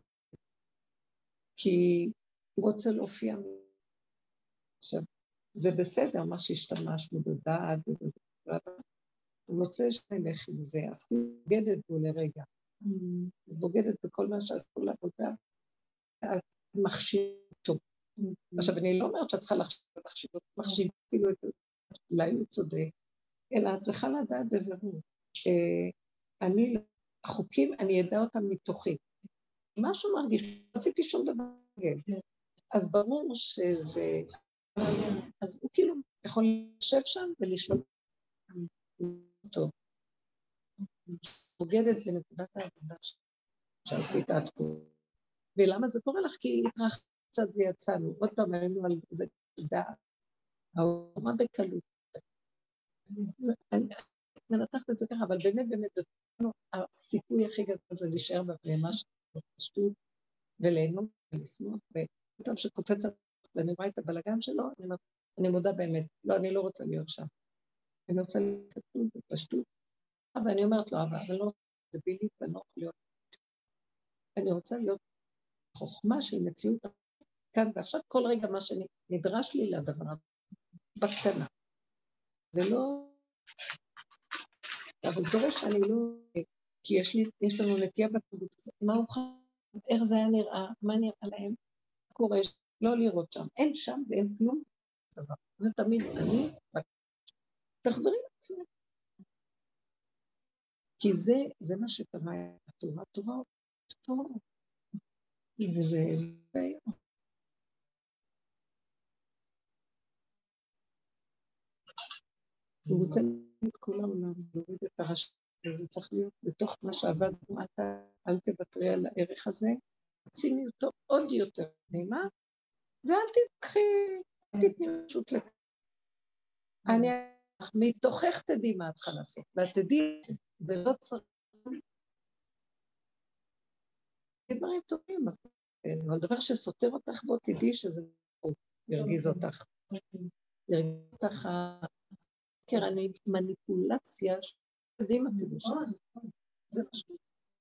כי הוא רוצה להופיע. עכשיו, זה בסדר, מה שהשתמשנו בדעת, הוא רוצה שנלך עם זה, אז היא בוגדת בו לרגע, היא בוגדת בכל מה שעשו לעבודה, את מחשיב אותו. עכשיו, אני לא אומרת שאת צריכה לחשיב אותו, מחשיב כאילו את זה, אולי הוא צודק, אלא את צריכה לדעת בבירור. אני, החוקים, אני אדע אותם מתוכי. משהו מרגיש, לא רציתי שום דבר להגיד. אז ברור שזה, אז הוא כאילו יכול לשב שם ולשלוט אותו. בוגדת בנקודת העבודה שעשית עד כה. ולמה זה קורה לך? כי התרחת קצת ויצאנו. עוד פעם היינו על זה דעת. ההורמה בקלות. אני מנתחת את זה ככה, אבל באמת באמת הסיכוי הכי גדול זה להישאר בפנימה שפשטות וליהנות ולשמוח, ופתאום שקופץ ואני רואה את הבלגן שלו, אני מודה באמת, לא, אני לא רוצה להיות שם. אני רוצה להתקטנות בפשטות, ואני אומרת לו, אבל לא דבילית ואני לא רוצה להיות. אני רוצה להיות חוכמה של מציאות כאן, ועכשיו כל רגע מה שנדרש לי לדבר הזה, בקטנה. ולא, אבל דורש שאני לא, כי יש, לי, יש לנו נטייה בתרבות הזאת, מה הוא חייב, איך זה היה נראה, מה נראה להם, קורה, לא לראות שם, אין שם ואין כלום דבר, זה תמיד אני, תחזרי לעצמך, כי זה, זה מה שקרה, התורה, תורה, תורה, וזה בעיה. הוא רוצה את כל העולם, להוריד את הרשת, וזה צריך להיות בתוך מה שעבדנו, אל תוותרי על הערך הזה, תשימי אותו עוד יותר נעימה, ואל תתקחי, תתני פשוט לכך. אני מתוכך תדעי מה את צריכה לעשות, ואת תדעי, ולא צריך. דברים טובים, אבל דבר שסותר אותך בו, תדעי שזה ירגיז אותך. ירגיז אותך אני מניפולציה שדעים אפילו שם. זה משהו.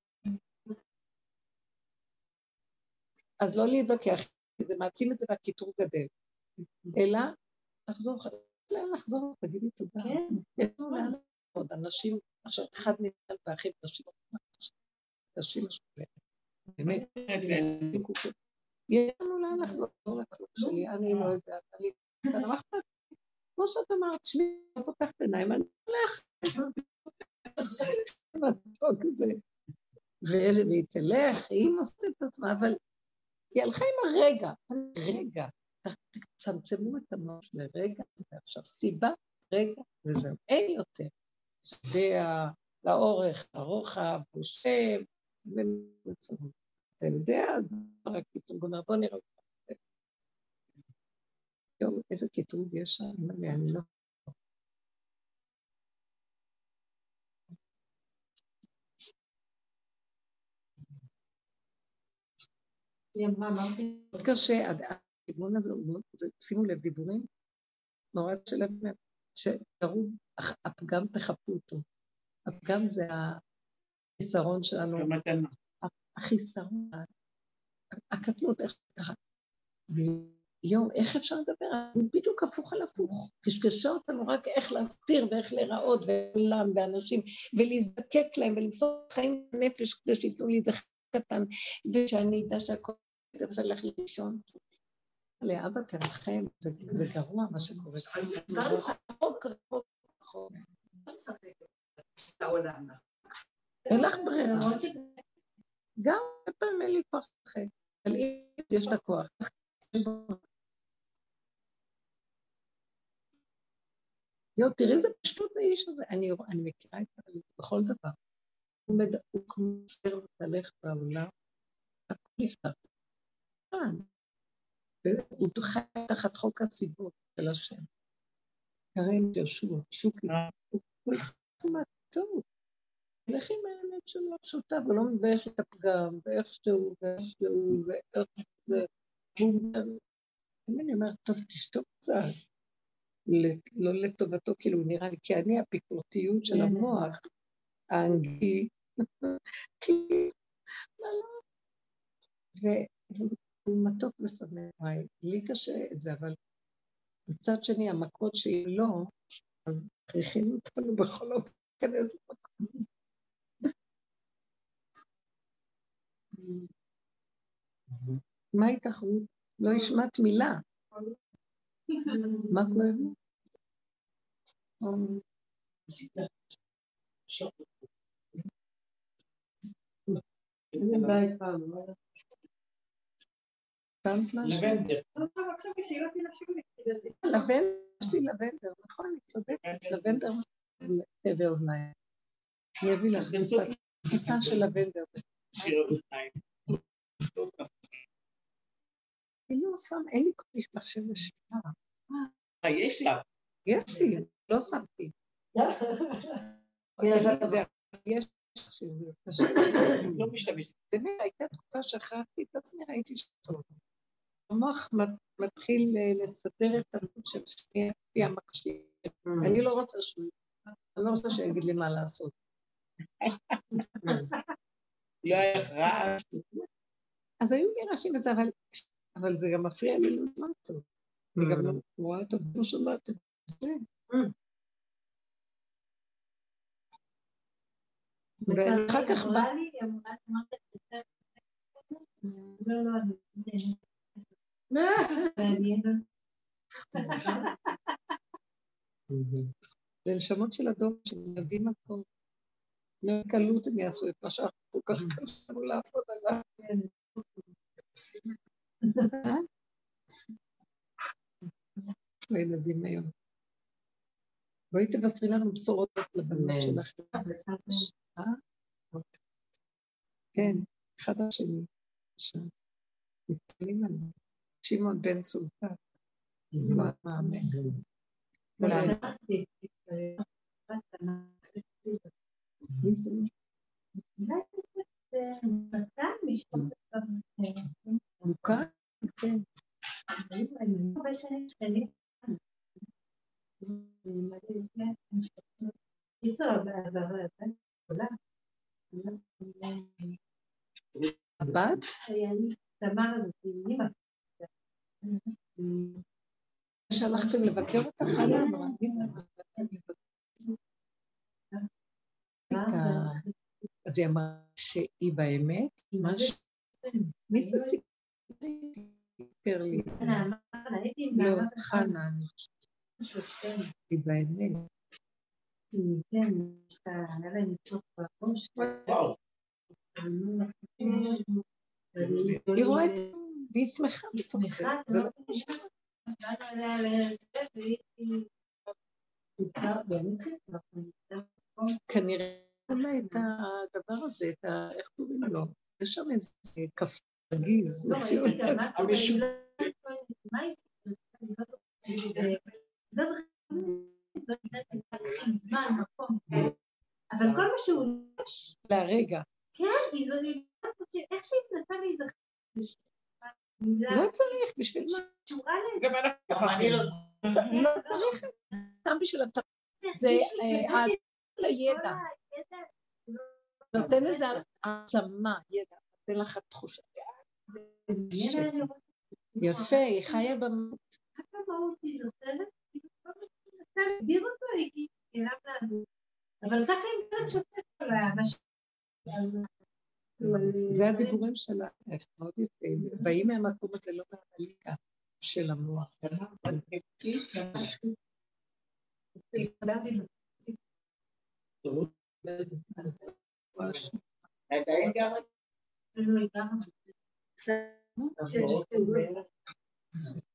אז לא להתווכח, זה מעצים את זה והכיתור גדל. אלא, לחזור, לאן לחזור, תגידי תודה. יש לנו לאן עוד אנשים, עכשיו אחד נתן באחיו נשים, נשים משהו. באמת, יש לנו לאן לחזור לכלום שלי, אני לא יודעת, אני תנמחת, כמו שאת אמרת, שמי, לא פותחת עיניים, אני הולך. והיא תלך, היא נושאת את עצמה, אבל היא הלכה עם הרגע, רגע, תצמצמו את המוח לרגע, ועכשיו סיבה, רגע, וזהו, אין יותר. שדה לאורך, לרוחב, לשם, ומצרות. אתה יודע, רק כתוב, בוא נראה. יום, איזה כתוב יש שם, אני לא. מאוד קשה, הכיוון הזה, שימו לב דיבורים, נורא שלב, שתראו, הפגם תחפו אותו. הפגם זה החיסרון שלנו. החיסרון, הקטנות, איך ככה. יום, איך אפשר לדבר? הוא בדיוק הפוך על הפוך. קשקשה אותנו רק איך להסתיר ואיך להיראות ולעם ואנשים, ולהזדקק להם ולמסור חיים בנפש כדי שיתנו לי את זה קטן, ושאני אדע שהכל אפשר לך לישון. לאבא תרחם, זה גרוע מה שקורה. רחוק, רחוק, רחוק. אין לך ברירה. גם בפעם אין לי כוח אחר. אבל אם יש לה כוח. יו, תראי איזה פשטות האיש הזה. אני מכירה את זה בכל דבר. הוא כמו פר לתהלך בעולם. הכל נפתח. כאן. הוא חי תחת חוק הסיבות של השם. קרן ישוע, שוקי, הוא כמעט טוב. הולך עם האמת שלו פשוטה, ולא מבייש את הפגם, ואיך שהוא, ואיך שהוא, ואיך זה. והוא אומר, אני אומרת, טוב, תשתוק קצת. לא לטובתו, כאילו נראה לי, כי אני הפיקורתיות של המוח, האנגלי, כי, מה לא? והוא מתוק ושמח, לי קשה את זה, אבל בצד שני, המכות שהיא לא, אז הכריחים אותנו בכל אופן כנס למקום. מה איתך? לא השמעת מילה. מה כואב? לבנדר. לבנדר, יש לי לבנדר, נכון, אני צודקת, לבנדר תביא אוזניים. אני אביא לך טיפה של לבנדר. שיר אוזניים. אני לא שם, אין לי קודיש מחשב לשירה. אה, יש לך? יש לי, לא שמתי. יש לי, זה קשה. לא משתמש. באמת, הייתה תקופה שכחתי את עצמי, ראיתי שטוב. המוח מתחיל לסדר את המות של שנייה, פי המקשיב. אני לא רוצה שהוא, אני לא רוצה שיגיד לי מה לעשות. לא היה רעש. אז היו לי רעשים בזה, אבל זה גם מפריע לי ללמוד טוב. אני גם לא רואה טוב, לא שומעת את זה. ואחר כך בא... לא, לא, אני... זה נשמות של הדור שמדהים הכל. לא קלות הם יעשו את מה שאנחנו כל כך קשנו לעבוד עליו. הילדים היום. בואי תבשרי לנו בשורות לבנות שלכם. כן, אחד השני. מתפלים לנו. שמעון בן סולטן. לא מאמן. מי זה? מוכר? כן. הבת? תמר הזאת, אימא. שהלכתם לבקר אותך חלה, אמרה, מי זה? אז היא אמרה שהיא באמת, מי זה סיפר לי? לא, חנה, אני חושבת. היא באמת. כן, יש לה, היה לה ניתוח בראש. וואו. היא רואה את זה, והיא שמחה בתוך זה. זה לא קשה. כנראה לה את הדבר הזה, את ה... איך קוראים לו? יש שם איזה כף גיז, הוציאו את זה. מה היא? לא זוכרת, זמן, מקום, אבל כל מה שהוא יש... לרגע. כן, איך שהתנתה לי זה... לא צריך, בשביל מה? שורה לזה. גם אנחנו לא צריך, סתם בשביל התרבות. זה הידע. נותן איזה העצמה, ידע. נותן לך תחושה. יפה, היא חיה במות. ככה מהות היא זוכרת? אתה מגדיר אותו, הייתי נראה לנו. אבל ככה היא מאוד שותפת עליה. זה הדיבורים שלה, איך מאוד יפים. באים מהמקום הזה לא מהמליקה של המוח. עדיין גם לא, היא גם...